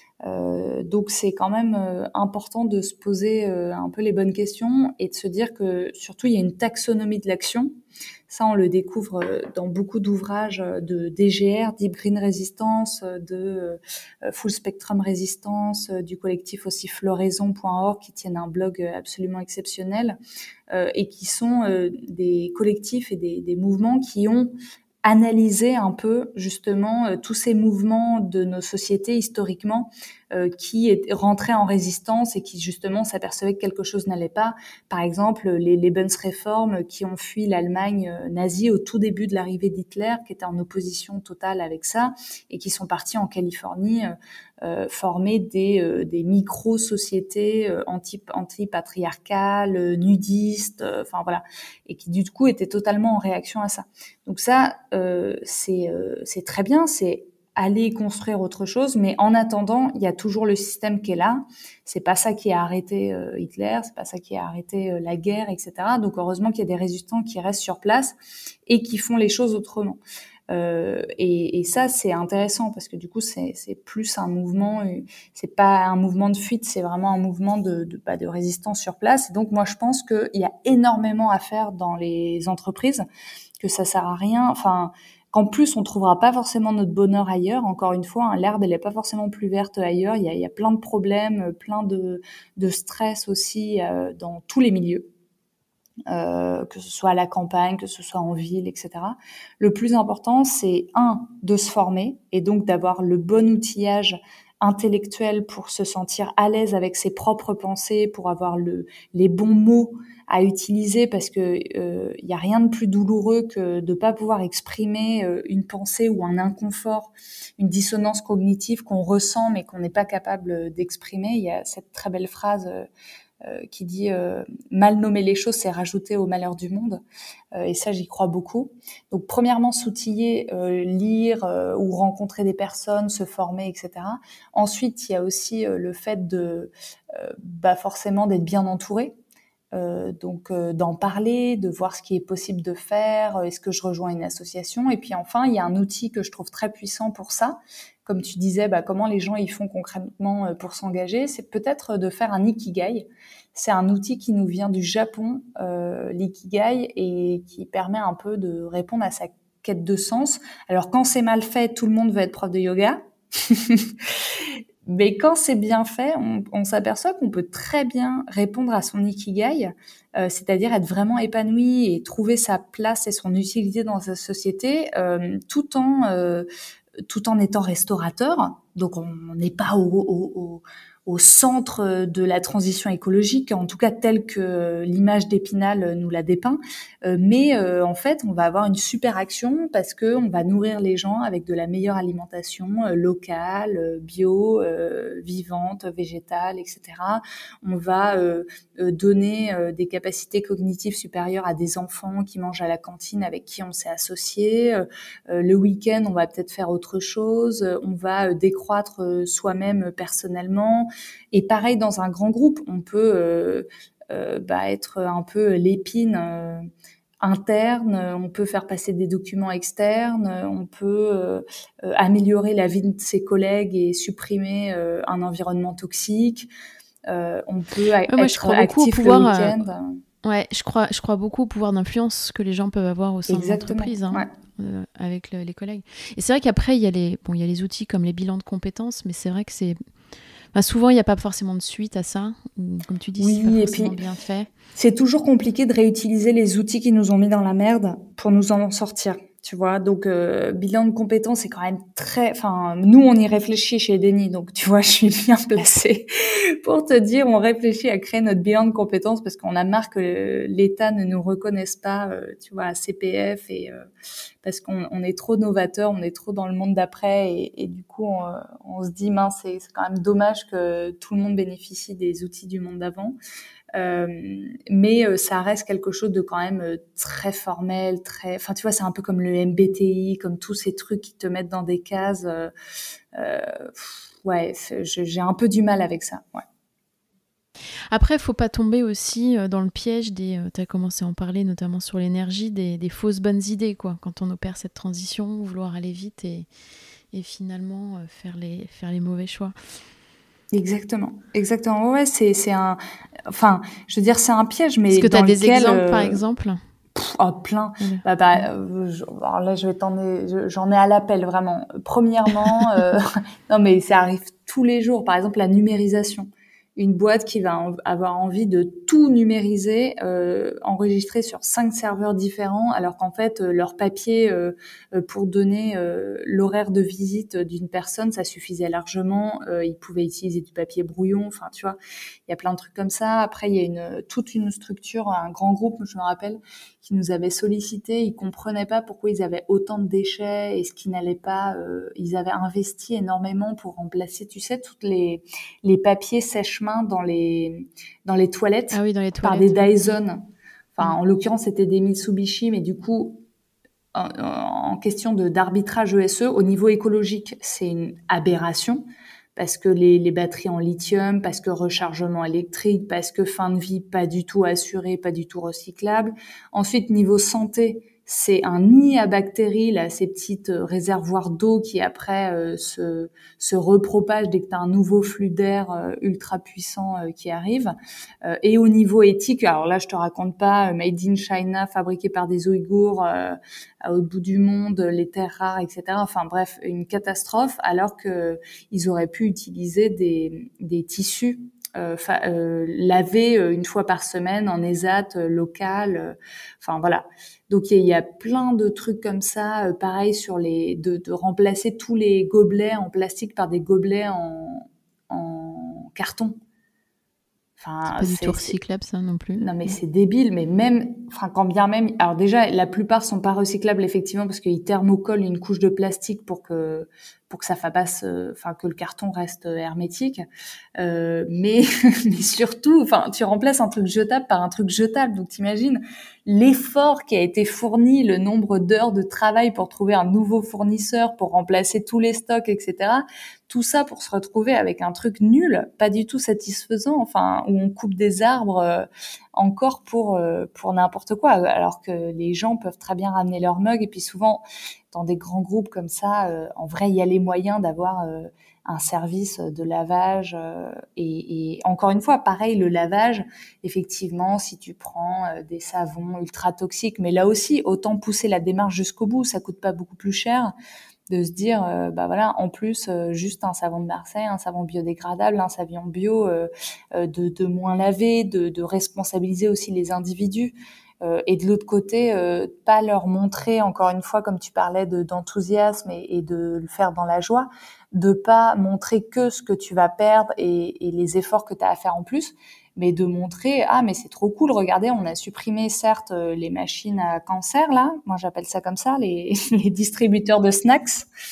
Euh, donc, c'est quand même euh, important de se poser euh, un peu les bonnes questions et de se dire que, surtout, il y a une taxonomie de l'action. Ça, on le découvre dans beaucoup d'ouvrages de D G R, Deep Green Resistance, de Full Spectrum Resistance, du collectif aussi floraison point org qui tiennent un blog absolument exceptionnel euh, et qui sont euh, des collectifs et des, des mouvements qui ont analysé un peu justement euh, tous ces mouvements de nos sociétés historiquement euh, qui est, rentraient en résistance et qui justement s'apercevaient que quelque chose n'allait pas. Par exemple, les Lebensreform qui ont fui l'Allemagne nazie au tout début de l'arrivée d'Hitler, qui était en opposition totale avec ça, et qui sont partis en Californie euh, former des, euh, des micro-sociétés euh, anti, anti-patriarcales, euh, nudistes, enfin euh, voilà, et qui du coup étaient totalement en réaction à ça. Donc ça, euh, c'est, euh, c'est très bien, c'est aller construire autre chose, mais en attendant, il y a toujours le système qui est là. C'est pas ça qui a arrêté euh, Hitler, c'est pas ça qui a arrêté euh, la guerre, et cetera. Donc heureusement qu'il y a des résistants qui restent sur place et qui font les choses autrement. Euh, et, et ça, c'est intéressant parce que du coup, c'est, c'est plus un mouvement, c'est pas un mouvement de fuite, c'est vraiment un mouvement de, de, bah, de résistance sur place. Et donc moi, je pense qu'il y a énormément à faire dans les entreprises, que ça sert à rien. Enfin, qu'en plus on trouvera pas forcément notre bonheur ailleurs. Encore une fois, hein, l'herbe elle est pas forcément plus verte ailleurs. Il y a, il y a plein de problèmes, plein de, de stress aussi euh, dans tous les milieux. Euh, que ce soit à la campagne, que ce soit en ville, et cetera. Le plus important, c'est un, de se former et donc d'avoir le bon outillage intellectuel pour se sentir à l'aise avec ses propres pensées, pour avoir le, les bons mots à utiliser, parce que euh, y a rien de plus douloureux que de pas pouvoir exprimer euh, une pensée ou un inconfort, une dissonance cognitive qu'on ressent mais qu'on n'est pas capable d'exprimer. Il y a cette très belle phrase euh, Euh, qui dit euh, mal nommer les choses, c'est rajouter au malheur du monde. Euh, et ça, j'y crois beaucoup. Donc, premièrement, s'outiller, euh, lire euh, ou rencontrer des personnes, se former, et cetera. Ensuite, il y a aussi euh, le fait de, euh, bah, forcément, d'être bien entouré. Euh, donc euh, d'en parler, de voir ce qui est possible de faire, est-ce que je rejoins une association, et puis enfin il y a un outil que je trouve très puissant pour ça, comme tu disais, bah, comment les gens ils font concrètement pour s'engager, c'est peut-être de faire un ikigai. C'est un outil qui nous vient du Japon, euh, l'ikigai, et qui permet un peu de répondre à sa quête de sens. Alors quand c'est mal fait, tout le monde veut être prof de yoga. Mais quand c'est bien fait, on, on s'aperçoit qu'on peut très bien répondre à son ikigai, euh, c'est-à-dire être vraiment épanoui et trouver sa place et son utilité dans sa société, euh, tout en euh, tout en étant restaurateur. Donc on n'est pas au, au, au, au centre de la transition écologique, en tout cas telle que l'image d'Épinal nous la dépeint. Euh, mais euh, en fait, on va avoir une super action parce que on va nourrir les gens avec de la meilleure alimentation euh, locale, euh, bio, euh, vivante, végétale, et cetera. On va euh, euh, donner euh, des capacités cognitives supérieures à des enfants qui mangent à la cantine avec qui on s'est associé. Euh, le week-end, on va peut-être faire autre chose. On va euh, décroître euh, soi-même personnellement. Et pareil, dans un grand groupe, on peut euh, euh, bah, être un peu l'épine euh, interne, on peut faire passer des documents externes, on peut euh, euh, améliorer la vie de ses collègues et supprimer euh, un environnement toxique. Euh, on peut ouais, être moi, je crois beaucoup actif au pouvoir, le week-end. Euh, ouais, je crois, je crois beaucoup au pouvoir d'influence que les gens peuvent avoir au sein Exactement, de l'entreprise. Hein. Ouais. Euh, avec le, les collègues. Et c'est vrai qu'après, il y a les, bon, il y a les outils comme les bilans de compétences, mais c'est vrai que c'est... Enfin, souvent, il n'y a pas forcément de suite à ça. Ou, comme tu dis, oui, c'est pas et forcément puis, bien fait. C'est toujours compliqué de réutiliser les outils qui nous ont mis dans la merde pour nous en sortir. Tu vois, donc euh, bilan de compétences, c'est quand même très... Enfin, nous, on y réfléchit chez Denis, donc tu vois, je suis bien placée pour te dire, on réfléchit à créer notre bilan de compétences parce qu'on a marre que l'État ne nous reconnaisse pas, euh, tu vois, à C P F, et euh, parce qu'on on est trop novateur, on est trop dans le monde d'après, et, et du coup, on, on se dit, mince, c'est, c'est quand même dommage que tout le monde bénéficie des outils du monde d'avant. Euh, mais euh, ça reste quelque chose de quand même euh, très formel, très. Enfin, tu vois, c'est un peu comme le M B T I, comme tous ces trucs qui te mettent dans des cases. Euh, euh, ouais, j'ai un peu du mal avec ça. Ouais. Après, il faut pas tomber aussi dans le piège des. Euh, tu as commencé à en parler, notamment sur l'énergie, des, des fausses bonnes idées, quoi. Quand on opère cette transition, vouloir aller vite et, et finalement euh, faire les faire les mauvais choix. Exactement, exactement. Ouais, c'est c'est un, enfin, je veux dire, c'est un piège, mais est-ce que tu as des lequel, exemples, euh... par exemple? Pff, oh, plein. Voilà. Bah, bah, euh, je, alors là, je vais t'en, j'en ai à l'appel vraiment. Premièrement, euh, non, mais ça arrive tous les jours. Par exemple, la numérisation. Une boîte qui va en, avoir envie de tout numériser, euh, enregistrer sur cinq serveurs différents, alors qu'en fait, euh, leur papier euh, pour donner euh, l'horaire de visite d'une personne, ça suffisait largement. Euh, ils pouvaient utiliser du papier brouillon. Enfin, tu vois, il y a plein de trucs comme ça. Après, il y a une toute une structure, un grand groupe, je me rappelle, qui nous avait sollicité. Ils comprenaient pas pourquoi ils avaient autant de déchets et ce qui n'allait pas. Euh, ils avaient investi énormément pour remplacer, tu sais, toutes les les papiers sèche-mains dans les dans les toilettes, ah oui, dans les toilettes par des Dyson. Enfin, mmh. en l'occurrence, c'était des Mitsubishi, mais du coup, en, en question de d'arbitrage E S E, au niveau écologique, c'est une aberration. Parce que les, les batteries en lithium, parce que rechargement électrique, parce que fin de vie pas du tout assurée, pas du tout recyclable. Ensuite, niveau santé, c'est un nid à bactéries, là, ces petites euh, réservoirs d'eau qui après euh, se, se repropagent dès que tu as un nouveau flux d'air euh, ultra puissant euh, qui arrive. Euh, et au niveau éthique, alors là, je te raconte pas, euh, made in China, fabriqué par des Ouïghours euh, à l'autre bout du monde, les terres rares, et cetera. Enfin bref, une catastrophe, alors que ils auraient pu utiliser des, des tissus Euh, fa- euh, laver euh, une fois par semaine en ESAT euh, local. euh, Enfin voilà. Donc il y, a- il y a plein de trucs comme ça. euh, pareil sur les de, de remplacer tous les gobelets en plastique par des gobelets en, en carton. C'est Enfin pas du tout c'est c'est recyclable, ça non plus. non mais Mm. c'est débile, mais même, enfin quand bien même, alors déjà la plupart sont pas recyclables effectivement parce qu'ils thermocollent une couche de plastique pour que pour que ça fasse, euh, enfin que le carton reste euh, hermétique. Euh, mais mais surtout, enfin tu remplaces un truc jetable par un truc jetable, donc t'imagines l'effort qui a été fourni, le nombre d'heures de travail pour trouver un nouveau fournisseur, pour remplacer tous les stocks, et cetera. Tout ça pour se retrouver avec un truc nul, pas du tout satisfaisant, enfin où on coupe des arbres. Euh, encore pour euh, pour n'importe quoi, alors que les gens peuvent très bien ramener leur mug et puis souvent dans des grands groupes comme ça, euh, en vrai il y a les moyens d'avoir euh, un service de lavage euh, et, et encore une fois pareil le lavage effectivement si tu prends euh, des savons ultra toxiques, mais là aussi autant pousser la démarche jusqu'au bout, ça coûte pas beaucoup plus cher de se dire euh, bah voilà en plus euh, juste un savon de Marseille, un savon biodégradable, un savon bio euh, euh, de, de moins laver, de, de responsabiliser aussi les individus euh, et de l'autre côté euh, pas leur montrer encore une fois comme tu parlais de d'enthousiasme et, et de le faire dans la joie, de pas montrer que ce que tu vas perdre et, et les efforts que tu as à faire en plus, mais de montrer ah mais c'est trop cool, regardez on a supprimé certes euh, les machines à cancer là, moi j'appelle ça comme ça, les, les distributeurs de snacks,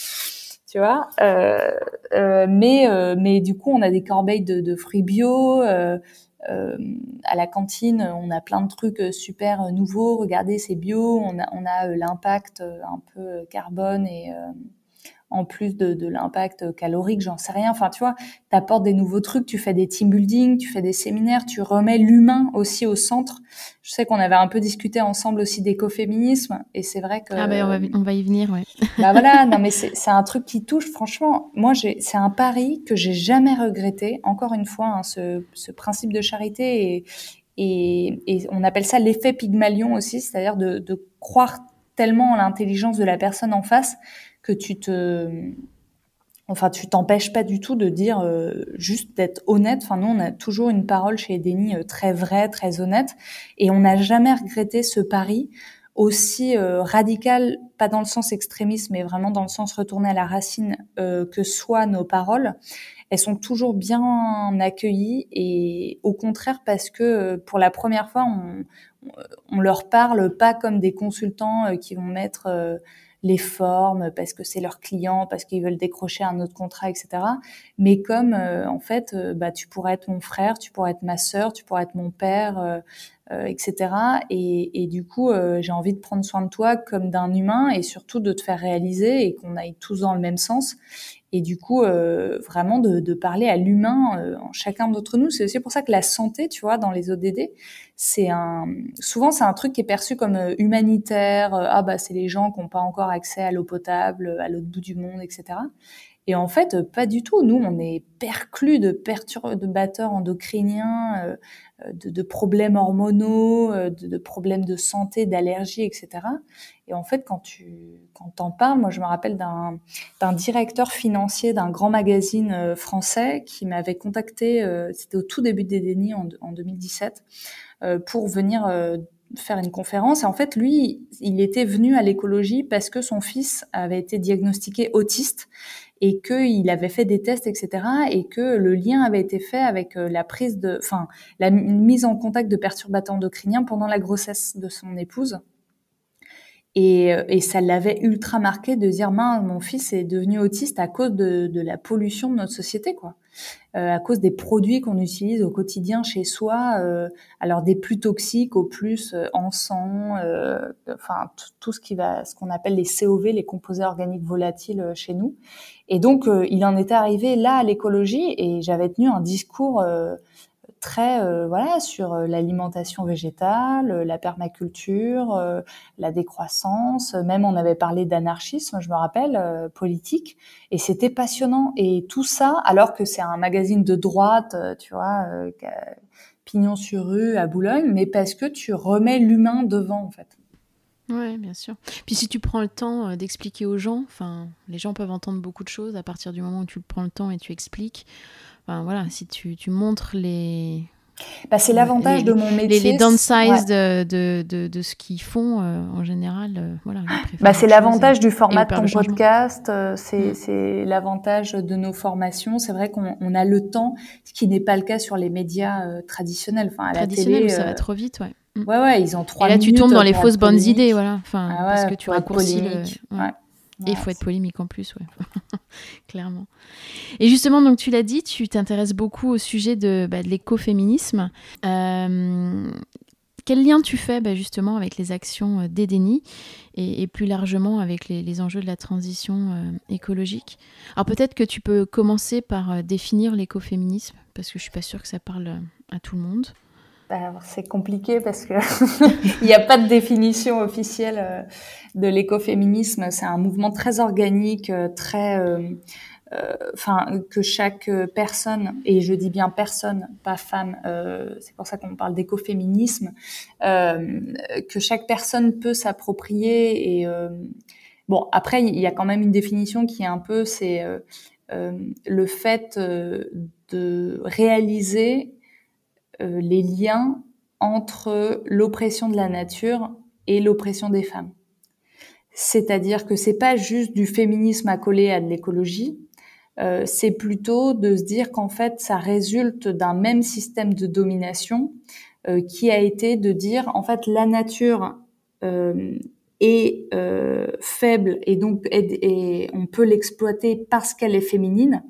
tu vois, euh, euh, mais euh, mais du coup on a des corbeilles de, de fruits bio, euh, euh, à la cantine on a plein de trucs super nouveaux, regardez c'est bio, on a on a euh, l'impact un peu carbone et euh, en plus de, de l'impact calorique, j'en sais rien. Enfin, tu vois, t'apportes des nouveaux trucs, tu fais des team building, tu fais des séminaires, tu remets l'humain aussi au centre. Je sais qu'on avait un peu discuté ensemble aussi d'écoféminisme, et c'est vrai Ah ben on que, va, on va y venir, ouais. bah voilà, non mais c'est, c'est un truc qui touche, franchement. Moi, j'ai, c'est un pari que j'ai jamais regretté. Encore une fois, hein, ce, ce principe de charité et, et, et on appelle ça l'effet Pygmalion aussi, c'est-à-dire de, de croire tellement en l'intelligence de la personne en face que tu te, enfin, tu t'empêches pas du tout de dire euh, juste d'être honnête. Enfin, nous, on a toujours une parole chez Edeni euh, très vraie, très honnête, et on n'a jamais regretté ce pari aussi euh, radical, pas dans le sens extrémiste, mais vraiment dans le sens retourné à la racine euh, que soient nos paroles. Elles sont toujours bien accueillies et au contraire parce que euh, pour la première fois, on, on leur parle pas comme des consultants euh, qui vont mettre euh, les formes parce que c'est leur client, parce qu'ils veulent décrocher un autre contrat, et cetera. Mais comme euh, en fait, euh, bah tu pourrais être mon frère, tu pourrais être ma sœur, tu pourrais être mon père, euh, euh, et cetera. Et, et du coup, euh, j'ai envie de prendre soin de toi comme d'un humain et surtout de te faire réaliser et qu'on aille tous dans le même sens. Et du coup, euh, vraiment de, de parler à l'humain euh, en chacun d'entre nous. C'est aussi pour ça que la santé, tu vois, dans les O D D, c'est un, souvent c'est un truc qui est perçu comme euh, humanitaire. Euh, ah bah c'est les gens qui n'ont pas encore accès à l'eau potable, à l'autre bout du monde, et cetera. Et en fait, euh, pas du tout. Nous, on est perclus de perturbateurs endocriniens, euh, de, de problèmes hormonaux, euh, de, de problèmes de santé, d'allergies, et cetera. Et en fait, quand tu quand t'en parles, moi, je me rappelle d'un d'un directeur financier d'un grand magazine euh, français qui m'avait contacté. Euh, c'était au tout début des dénis en, en deux mille dix-sept euh, pour venir euh, faire une conférence. Et en fait, lui, il était venu à l'écologie parce que son fils avait été diagnostiqué autiste et qu'il avait fait des tests, et cetera. Et que le lien avait été fait avec la prise de, enfin, la mise en contact de perturbateurs endocriniens pendant la grossesse de son épouse. Et, et ça l'avait ultra marqué de dire, mince, mon fils est devenu autiste à cause de, de la pollution de notre société, quoi. Euh, à cause des produits qu'on utilise au quotidien chez soi, euh, alors des plus toxiques aux plus euh, encens, euh, enfin t- tout ce qui va, ce qu'on appelle les C O V, les composés organiques volatiles euh, chez nous. Et donc euh, il en était arrivé là à l'écologie et j'avais tenu un discours euh, très euh, voilà sur euh, l'alimentation végétale, euh, la permaculture, euh, la décroissance. Même on avait parlé d'anarchisme, je me rappelle, euh, politique, et c'était passionnant. Et tout ça, alors que c'est un magazine de droite, euh, tu vois, euh, pignon sur rue à Boulogne, mais parce que tu remets l'humain devant, en fait. Ouais, bien sûr. Puis si tu prends le temps d'expliquer aux gens, enfin, les gens peuvent entendre beaucoup de choses à partir du moment où tu prends le temps et tu expliques. Enfin voilà, si tu, tu montres les... Bah, c'est l'avantage les, de mon métier. Les, les downsides ouais. de, de, de, de ce qu'ils font, euh, en général, euh, voilà. Bah, c'est l'avantage et, du format de ton podcast, euh, c'est, mmh. c'est l'avantage de nos formations. C'est vrai qu'on on a le temps, ce qui n'est pas le cas sur les médias euh, traditionnels. Enfin, à la Traditionnel, télé, où ça euh... va trop vite, ouais. Mmh. Ouais, ouais, ils ont trois minutes. Et là, tu tombes dans les fausses bonnes polémique. idées, voilà. Enfin, ah ouais, parce que tu raccourcis le... Ouais. Ouais. Et il faut être polémique en plus, ouais. Clairement. Et justement, donc tu l'as dit, tu t'intéresses beaucoup au sujet de, bah, de l'écoféminisme. Euh, quel lien tu fais bah, justement avec les actions d'Edeni et, et plus largement avec les, les enjeux de la transition euh, écologique? Alors peut-être que tu peux commencer par euh, définir l'écoféminisme, parce que je suis pas sûre que ça parle à tout le monde. Alors, c'est compliqué parce que il n'y a pas de définition officielle de l'écoféminisme. C'est un mouvement très organique, très, enfin, euh, euh, que chaque personne, et je dis bien personne, pas femme, euh, c'est pour ça qu'on parle d'écoféminisme, euh, que chaque personne peut s'approprier. Et euh, bon, après, il y a quand même une définition qui est un peu, c'est euh, euh, le fait euh, de réaliser les liens entre l'oppression de la nature et l'oppression des femmes. C'est-à-dire que c'est pas juste du féminisme accolé à de l'écologie, euh, c'est plutôt de se dire qu'en fait ça résulte d'un même système de domination euh, qui a été de dire en fait la nature euh, est euh, faible et donc et, et on peut l'exploiter parce qu'elle est féminine,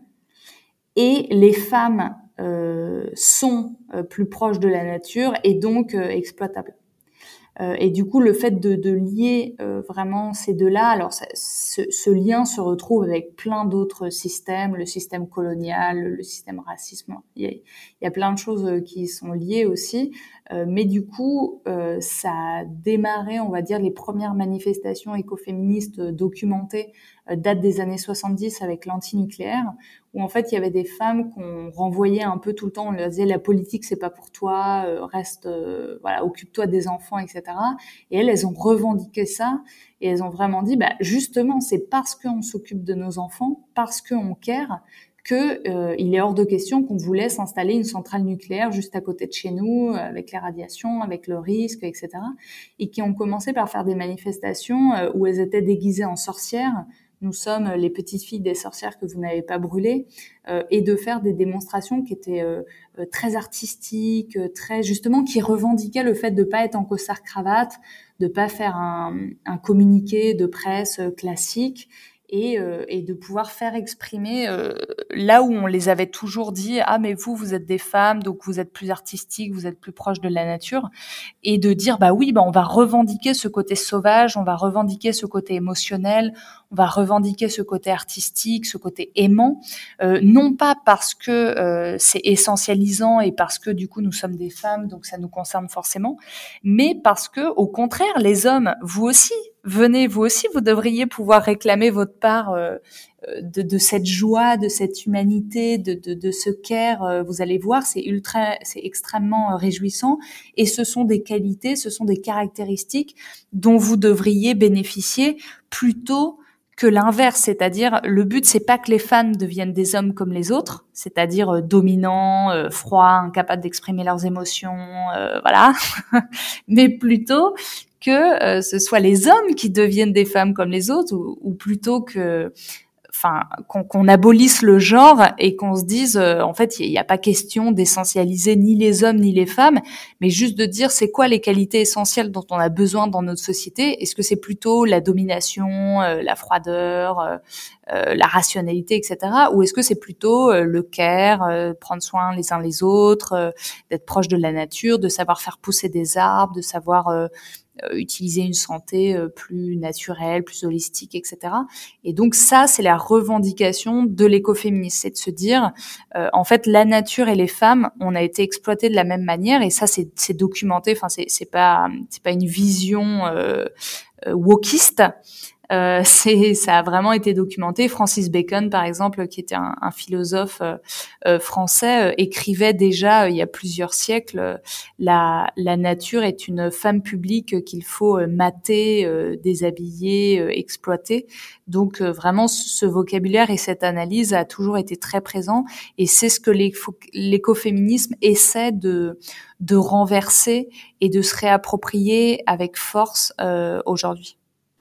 et les femmes Euh, sont euh, plus proches de la nature et donc euh, exploitables. Euh, et du coup, le fait de, de lier euh, vraiment ces deux-là, alors ça, ce, ce lien se retrouve avec plein d'autres systèmes, le système colonial, le système racisme. Il y a, il y a plein de choses qui sont liées aussi. Euh, mais du coup, euh, ça a démarré, on va dire, les premières manifestations écoféministes documentées euh, datent des années soixante-dix avec l'antinucléaire, où en fait il y avait des femmes qu'on renvoyait un peu tout le temps, on leur disait la politique c'est pas pour toi, euh, reste, euh, voilà, occupe-toi des enfants, et cetera. Et elles, elles ont revendiqué ça et elles ont vraiment dit, bah justement c'est parce qu'on s'occupe de nos enfants, parce qu'on care, que euh, il est hors de question qu'on vous laisse installer une centrale nucléaire juste à côté de chez nous, avec les radiations, avec le risque, et cetera. Et qui ont commencé par faire des manifestations euh, où elles étaient déguisées en sorcières. Nous sommes les petites filles des sorcières que vous n'avez pas brûlées, euh, et de faire des démonstrations qui étaient euh, très artistiques, très justement qui revendiquaient le fait de pas être en costard cravate, de pas faire un, un communiqué de presse classique. Et, euh, et de pouvoir faire exprimer euh, là où on les avait toujours dit, ah mais vous vous êtes des femmes donc vous êtes plus artistiques, vous êtes plus proches de la nature, et de dire bah oui bah on va revendiquer ce côté sauvage, on va revendiquer ce côté émotionnel, on va revendiquer ce côté artistique, ce côté aimant, euh, non pas parce que euh, c'est essentialisant et parce que du coup nous sommes des femmes donc ça nous concerne forcément, mais parce que au contraire les hommes, vous aussi venez, vous aussi, vous devriez pouvoir réclamer votre part euh, de, de cette joie, de cette humanité, de, de, de ce care. Euh, vous allez voir, c'est ultra, c'est extrêmement euh, réjouissant. Et ce sont des qualités, ce sont des caractéristiques dont vous devriez bénéficier plutôt que l'inverse. C'est-à-dire, le but, c'est pas que les femmes deviennent des hommes comme les autres, c'est-à-dire euh, dominants, euh, froids, incapables d'exprimer leurs émotions, euh, voilà, mais plutôt que euh, ce soit les hommes qui deviennent des femmes comme les autres, ou, ou plutôt que, enfin, qu'on, qu'on abolisse le genre et qu'on se dise, euh, en fait, il n'y a, a pas question d'essentialiser ni les hommes ni les femmes, mais juste de dire c'est quoi les qualités essentielles dont on a besoin dans notre société. Est-ce que c'est plutôt la domination, euh, la froideur, euh, euh, la rationalité, et cetera, ou est-ce que c'est plutôt euh, le care, euh, prendre soin les uns les autres, euh, d'être proche de la nature, de savoir faire pousser des arbres, de savoir euh, euh, utiliser une santé euh, plus naturelle, plus holistique, et cetera. Et donc ça, c'est la revendication de l'écoféminisme, c'est de se dire, euh, en fait, la nature et les femmes, on a été exploités de la même manière, et ça, c'est, c'est documenté. Enfin, c'est, c'est pas, c'est pas une vision euh, euh, wokiste. Euh, c'est, ça a vraiment été documenté. Francis Bacon, par exemple, qui était un, un philosophe euh, euh, français, euh, écrivait déjà euh, il y a plusieurs siècles euh, la, la nature est une femme publique qu'il faut euh, mater, euh, déshabiller, euh, exploiter. Donc euh, vraiment, ce vocabulaire et cette analyse a toujours été très présent, et c'est ce que l'écoféminisme essaie de de renverser et de se réapproprier avec force euh, aujourd'hui.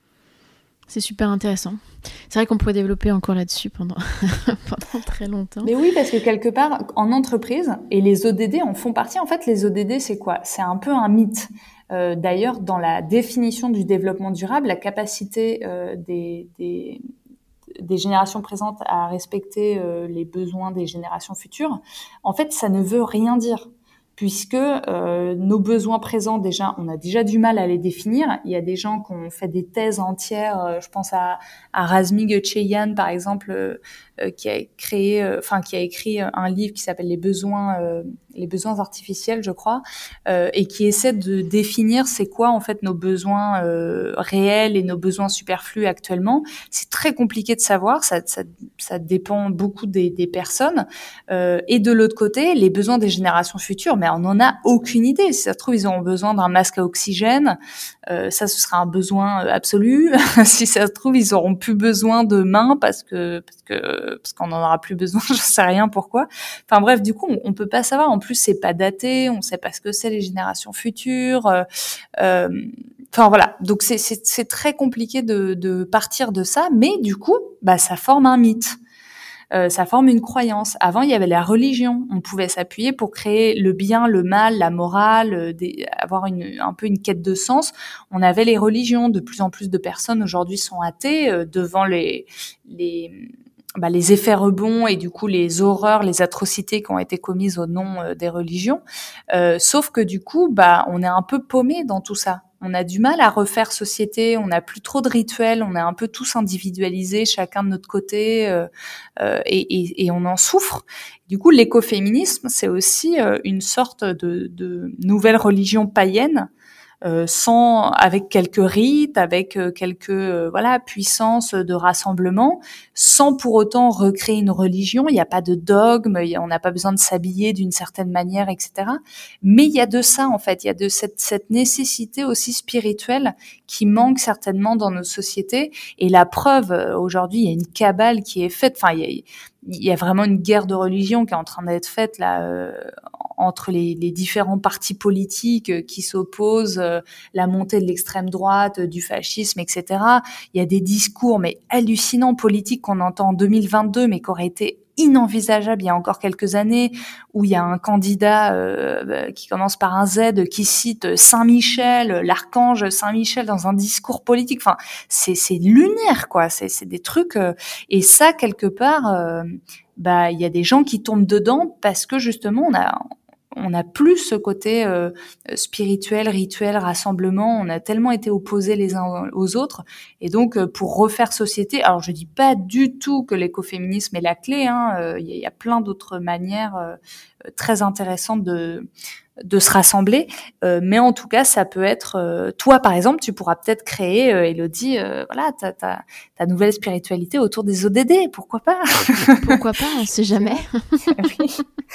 C'est super intéressant. C'est vrai qu'on pourrait développer encore là-dessus pendant, pendant très longtemps. Mais oui, parce que quelque part, en entreprise, et les O D D en font partie. En fait, les O D D, c'est quoi ? C'est un peu un mythe. Euh, d'ailleurs, dans la définition du développement durable, la capacité euh, des, des, des générations présentes à respecter euh, les besoins des générations futures, en fait, ça ne veut rien dire. Puisque euh, nos besoins présents, déjà, on a déjà du mal à les définir. Il y a des gens qui ont fait des thèses entières, euh, je pense à, à Razmig Cheyan, par exemple, euh, euh, qui a créé, euh, enfin qui a écrit un livre qui s'appelle Les besoins, euh, les besoins artificiels, je crois, euh, et qui essaie de définir c'est quoi en fait nos besoins euh, réels et nos besoins superflus actuellement. C'est très compliqué de savoir, ça, ça, ça dépend beaucoup des, des personnes. Euh, et de l'autre côté, les besoins des générations futures, mais on n'en a aucune idée. Si ça se trouve, ils auront besoin d'un masque à oxygène. Euh, ça, ce sera un besoin absolu. Si ça se trouve, ils auront plus besoin de mains parce que parce que parce qu'on en aura plus besoin. Je sais rien pourquoi. Enfin bref, du coup, on, on peut pas savoir. En plus, c'est pas daté. On sait pas ce que c'est les générations futures. Euh, euh, Enfin voilà, donc c'est c'est c'est très compliqué de de partir de ça, mais du coup, bah ça forme un mythe. Euh, ça forme une croyance. Avant, il y avait la religion. On pouvait s'appuyer pour créer le bien, le mal, la morale, euh, des, avoir une, un peu une quête de sens. On avait les religions. De plus en plus de personnes aujourd'hui sont athées euh, devant les, les, bah, les effets rebonds et du coup les horreurs, les atrocités qui ont été commises au nom euh, des religions. Euh, sauf que du coup, bah, on est un peu paumé dans tout ça. On a du mal à refaire société, on n'a plus trop de rituels, on est un peu tous individualisés, chacun de notre côté, euh, euh, et, et, et on en souffre. Du coup, l'écoféminisme, c'est aussi euh, une sorte de, de nouvelle religion païenne, euh, sans, avec quelques rites, avec euh, quelques euh, voilà puissances de rassemblement, sans pour autant recréer une religion. Il n'y a pas de dogme, on n'a pas besoin de s'habiller d'une certaine manière, et cetera. Mais il y a de ça en fait, il y a de cette, cette nécessité aussi spirituelle qui manque certainement dans nos sociétés. Et la preuve, aujourd'hui, il y a une cabale qui est faite. Enfin, il y a, il y a vraiment une guerre de religion qui est en train d'être faite là euh, entre les, les différents partis politiques qui s'opposent, euh, la montée de l'extrême droite, du fascisme, et cetera. Il y a des discours mais hallucinants politiques qu'on entend en deux mille vingt-deux, mais qui auraient été inenvisageable il y a encore quelques années, où il y a un candidat euh, qui commence par un Z qui cite Saint-Michel, l'archange Saint-Michel dans un discours politique. Enfin, c'est c'est lunaire quoi. C'est c'est des trucs euh, et ça quelque part, euh, bah il y a des gens qui tombent dedans parce que justement on a on n'a plus ce côté euh, spirituel, rituel, rassemblement. On a tellement été opposés les uns aux autres. Et donc, euh, pour refaire société, alors je dis pas du tout que l'écoféminisme est la clé. Hein, euh, y, a, y a plein d'autres manières euh, très intéressantes de de se rassembler. Euh, mais en tout cas, ça peut être... Euh, toi, par exemple, tu pourras peut-être créer, euh, Élodie, euh, voilà, ta, ta, ta nouvelle spiritualité autour des O D D. Pourquoi pas ? Pourquoi pas ? On ne sait jamais. Oui.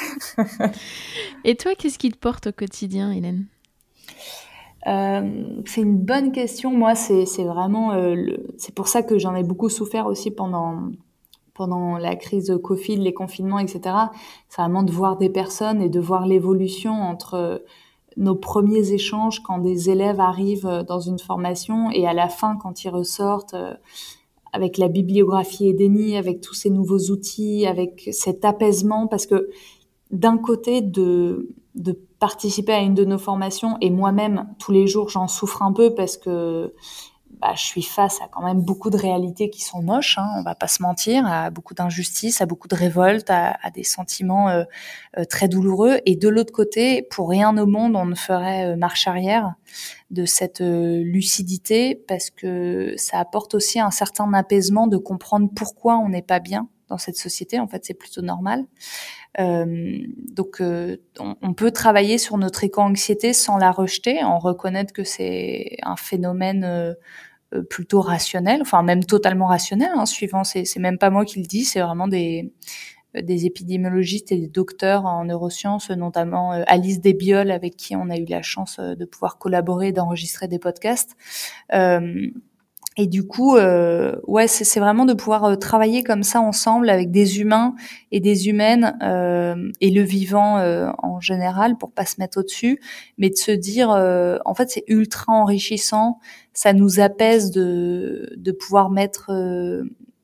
Et toi, qu'est-ce qui te porte au quotidien, Hélène ? Euh, c'est une bonne question. Moi, c'est, c'est vraiment... Euh, le, c'est pour ça que j'en ai beaucoup souffert aussi pendant... pendant la crise de Covid, les confinements, et cetera, c'est vraiment de voir des personnes et de voir l'évolution entre nos premiers échanges quand des élèves arrivent dans une formation et à la fin quand ils ressortent avec la bibliographie Edeni, avec tous ces nouveaux outils, avec cet apaisement, parce que d'un côté de, de participer à une de nos formations, et moi-même tous les jours j'en souffre un peu parce que bah, je suis face à quand même beaucoup de réalités qui sont moches, hein, on va pas se mentir, à beaucoup d'injustices, à beaucoup de révoltes, à, à des sentiments euh, euh, très douloureux. Et de l'autre côté, pour rien au monde, on ne ferait euh, marche arrière de cette euh, lucidité, parce que ça apporte aussi un certain apaisement de comprendre pourquoi on n'est pas bien dans cette société. En fait, c'est plutôt normal. Euh, donc, euh, on, on peut travailler sur notre éco-anxiété sans la rejeter, en reconnaître que c'est un phénomène euh, plutôt rationnel, enfin même totalement rationnel, hein, suivant, c'est, c'est même pas moi qui le dis, c'est vraiment des, des épidémiologistes et des docteurs en neurosciences, notamment euh, Alice Desbioles, avec qui on a eu la chance euh, de pouvoir collaborer, d'enregistrer des podcasts. Euh, Et du coup, euh, ouais, c'est, c'est vraiment de pouvoir euh, travailler comme ça ensemble avec des humains et des humaines euh, et le vivant euh, en général, pour pas se mettre au-dessus, mais de se dire, euh, en fait, c'est ultra enrichissant. Ça nous apaise de de pouvoir mettre euh,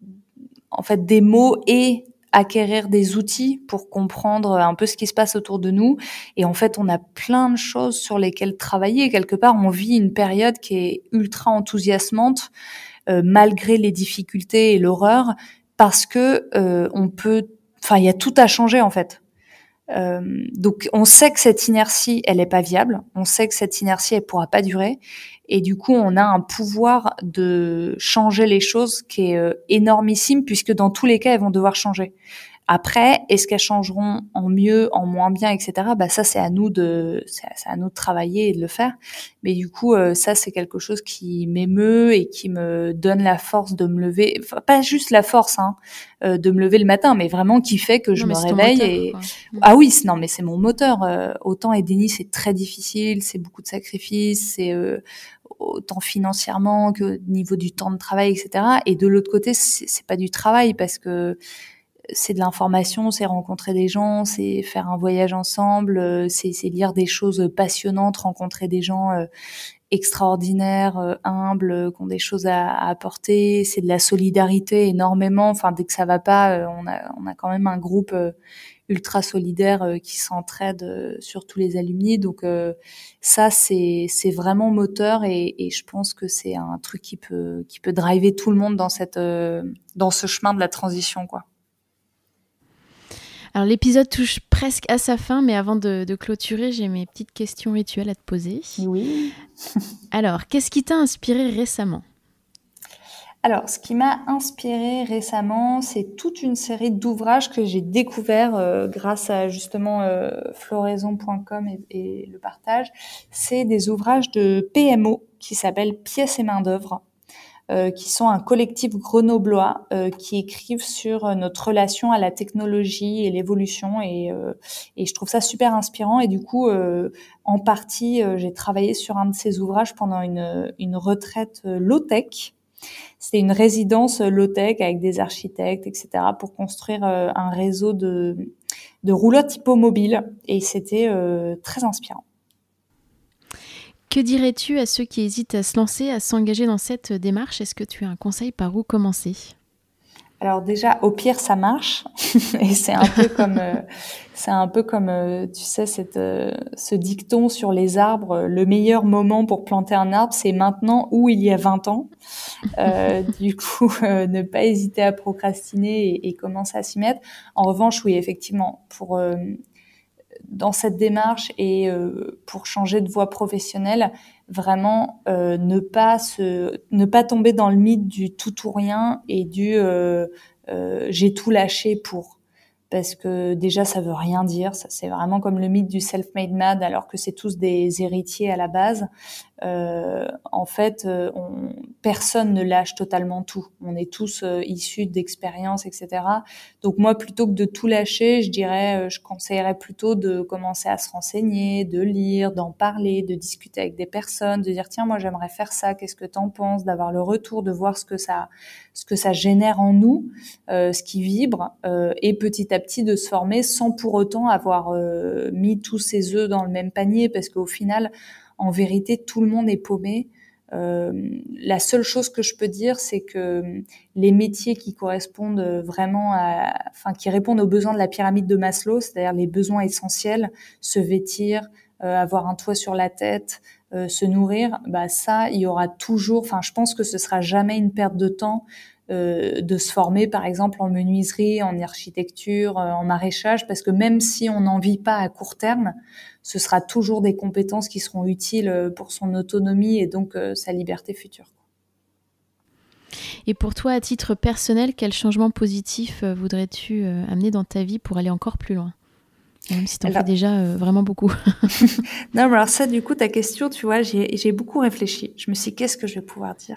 en fait des mots et acquérir des outils pour comprendre un peu ce qui se passe autour de nous. Et en fait, on a plein de choses sur lesquelles travailler. Quelque part, on vit une période qui est ultra enthousiasmante, euh, malgré les difficultés et l'horreur, parce que euh, on peut, enfin, il y a tout à changer en fait. Euh, donc, on sait que cette inertie, elle est pas viable. On sait que cette inertie, elle pourra pas durer. Et du coup, on a un pouvoir de changer les choses qui est euh, énormissime, puisque dans tous les cas, elles vont devoir changer. Après, est-ce qu'elles changeront en mieux, en moins bien, et cetera. Bah ça, c'est à nous de, c'est à, c'est à nous de travailler et de le faire. Mais du coup, euh, ça, c'est quelque chose qui m'émeut et qui me donne la force de me lever. Enfin, pas juste la force, hein, euh, de me lever le matin, mais vraiment qui fait que je Non, mais me c'est ton réveille moteur, et quoi. ah oui, c'est- non, mais c'est mon moteur. Euh, autant Edeni, c'est très difficile, c'est beaucoup de sacrifices, c'est euh, autant financièrement que au niveau du temps de travail, et cetera. Et de l'autre côté, c'est, c'est pas du travail parce que c'est de l'information, c'est rencontrer des gens, c'est faire un voyage ensemble, euh, c'est, c'est lire des choses passionnantes, rencontrer des gens euh, extraordinaires, euh, humbles, euh, qui ont des choses à, à apporter. C'est de la solidarité énormément. Enfin, dès que ça va pas, euh, on a, on a quand même un groupe euh, ultra solidaire euh, qui s'entraide euh, sur tous les alumni. Donc euh, ça, c'est, c'est vraiment moteur et, et je pense que c'est un truc qui peut, qui peut driver tout le monde dans cette, euh, dans ce chemin de la transition, quoi. Alors l'épisode touche presque à sa fin, mais avant de, de clôturer, j'ai mes petites questions rituelles à te poser. Oui. Alors, qu'est-ce qui t'a inspiré récemment ? Alors, ce qui m'a inspiré récemment, c'est toute une série d'ouvrages que j'ai découverts euh, grâce à justement euh, floraison point com et, et le partage. C'est des ouvrages de P M O qui s'appellent Pièces et main d'œuvre, euh, qui sont un collectif grenoblois euh, qui écrivent sur notre relation à la technologie et l'évolution. Et, euh, et je trouve ça super inspirant. Et du coup, euh, en partie, euh, j'ai travaillé sur un de ces ouvrages pendant une, une retraite euh, low-tech. C'était une résidence low-tech avec des architectes, et cetera, pour construire euh, un réseau de, de roulottes hippomobiles. Et c'était euh, très inspirant. Que dirais-tu à ceux qui hésitent à se lancer, à s'engager dans cette démarche ? Est-ce que tu as un conseil par où commencer ? Alors déjà, au pire, ça marche, et c'est un peu comme, euh, c'est un peu comme, euh, tu sais, cette, euh, ce dicton sur les arbres. Le meilleur moment pour planter un arbre, c'est maintenant ou il y a vingt ans. Euh, du coup, euh, ne pas hésiter à procrastiner et, et commencer à s'y mettre. En revanche, oui, effectivement, pour euh, dans cette démarche et euh, pour changer de voie professionnelle, vraiment euh, ne pas se, ne pas tomber dans le mythe du tout ou rien et du euh, euh, j'ai tout lâché pour. Parce que déjà, ça veut rien dire. Ça, c'est vraiment comme le mythe du self-made man, alors que c'est tous des héritiers à la base. Euh, en fait, euh, on, personne ne lâche totalement tout. On est tous euh, issus d'expériences, et cetera. Donc moi, plutôt que de tout lâcher, je dirais, euh, je conseillerais plutôt de commencer à se renseigner, de lire, d'en parler, de discuter avec des personnes, de dire tiens, moi j'aimerais faire ça, qu'est-ce que t'en penses, d'avoir le retour, de voir ce que ça, ce que ça génère en nous, euh, ce qui vibre, euh, et petit à petit de se former sans pour autant avoir euh, mis tous ses œufs dans le même panier, parce qu'au final, en vérité, tout le monde est paumé. Euh, la seule chose que je peux dire, c'est que les métiers qui correspondent vraiment à, enfin, qui répondent aux besoins de la pyramide de Maslow, c'est-à-dire les besoins essentiels, se vêtir, euh, avoir un toit sur la tête, euh, se nourrir, bah ça, il y aura toujours, enfin je pense que ce sera jamais une perte de temps euh, de se former par exemple en menuiserie, en architecture, euh, en maraîchage, parce que même si on n'en vit pas à court terme, ce sera toujours des compétences qui seront utiles pour son autonomie et donc euh, sa liberté future. Et pour toi, à titre personnel, quel changement positif euh, voudrais-tu euh, amener dans ta vie pour aller encore plus loin ? Même si tu en fais déjà euh, vraiment beaucoup. Non, mais alors ça, du coup, ta question, tu vois, j'ai, j'ai beaucoup réfléchi. Je me suis dit, qu'est-ce que je vais pouvoir dire ?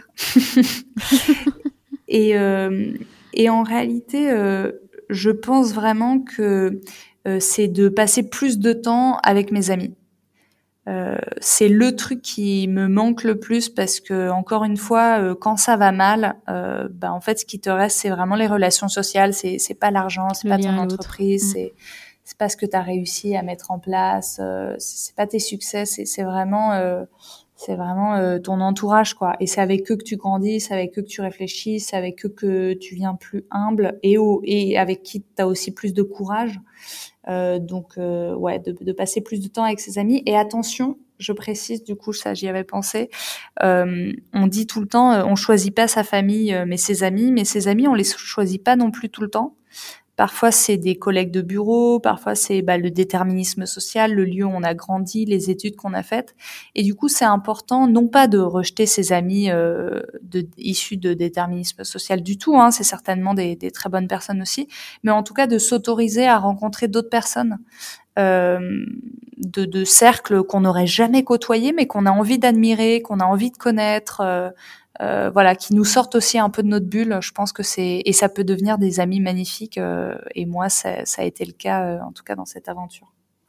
et, euh, et en réalité, euh, je pense vraiment que euh, c'est de passer plus de temps avec mes amis. Euh, c'est le truc qui me manque le plus parce que encore une fois, euh, quand ça va mal, euh, bah en fait, ce qui te reste, c'est vraiment les relations sociales. C'est c'est pas l'argent, c'est le pas ton à entreprise, mmh. c'est c'est pas ce que tu as réussi à mettre en place, euh, c'est, c'est pas tes succès, c'est c'est vraiment euh, c'est vraiment euh, ton entourage quoi. Et c'est avec eux que tu grandis, c'est avec eux que tu réfléchis, c'est avec eux que tu viens plus humble et au, et avec qui tu as aussi plus de courage. Euh, donc euh, ouais, de, de passer plus de temps avec ses amis. Et attention, je précise, du coup ça j'y avais pensé, euh, on dit tout le temps euh, on choisit pas sa famille euh, mais ses amis, mais ses amis on les choisit pas non plus tout le temps. Parfois c'est des collègues de bureau, parfois c'est bah, le déterminisme social, le lieu où on a grandi, les études qu'on a faites. Et du coup c'est important non pas de rejeter ses amis euh, de, issus de déterminisme social du tout, hein, c'est certainement des, des très bonnes personnes aussi, mais en tout cas de s'autoriser à rencontrer d'autres personnes, euh, de, de cercles qu'on n'aurait jamais côtoyés mais qu'on a envie d'admirer, qu'on a envie de connaître. Euh, Euh, voilà, qui nous sortent aussi un peu de notre bulle. Je pense que c'est et ça peut devenir des amis magnifiques. Euh, et moi, ça, ça a été le cas, euh, en tout cas dans cette aventure.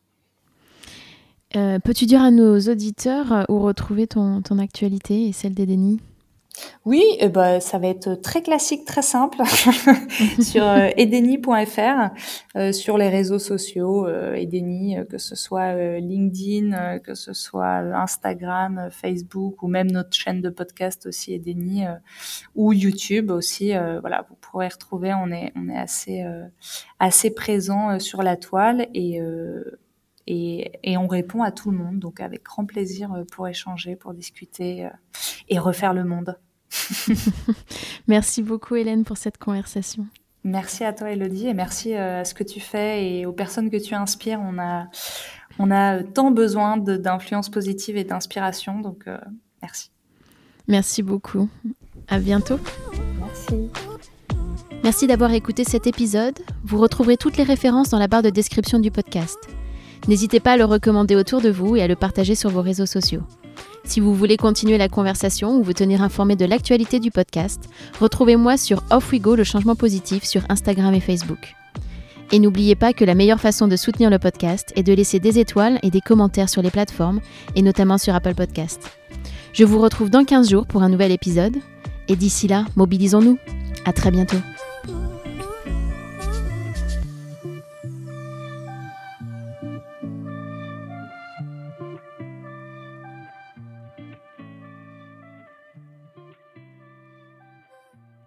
Euh, peux-tu dire à nos auditeurs où retrouver ton, ton actualité et celle d'Edeni ? Oui, eh ben, ça va être très classique, très simple, sur euh, edeni point f r, euh, sur les réseaux sociaux, euh, Edeni, euh, que ce soit euh, LinkedIn, euh, que ce soit Instagram, euh, Facebook, ou même notre chaîne de podcast aussi, Edeni, euh, ou YouTube aussi. Euh, voilà, vous pourrez retrouver, on est, on est assez, euh, assez présent euh, sur la toile et, euh, et, et on répond à tout le monde, donc avec grand plaisir euh, pour échanger, pour discuter euh, et refaire le monde. Merci beaucoup Hélène pour cette conversation. Merci à toi Elodie et merci à ce que tu fais et aux personnes que tu inspires. On a, on a tant besoin de, d'influence positive et d'inspiration, donc euh, merci. Merci beaucoup. À bientôt. Merci. Merci d'avoir écouté cet épisode. Vous retrouverez toutes les références dans la barre de description du podcast. N'hésitez pas à le recommander autour de vous et à le partager sur vos réseaux sociaux. Si vous voulez continuer la conversation ou vous tenir informé de l'actualité du podcast, retrouvez-moi sur Off We Go le changement positif sur Instagram et Facebook. Et n'oubliez pas que la meilleure façon de soutenir le podcast est de laisser des étoiles et des commentaires sur les plateformes, et notamment sur Apple Podcast. Je vous retrouve dans quinze jours pour un nouvel épisode, et d'ici là, mobilisons-nous. À très bientôt.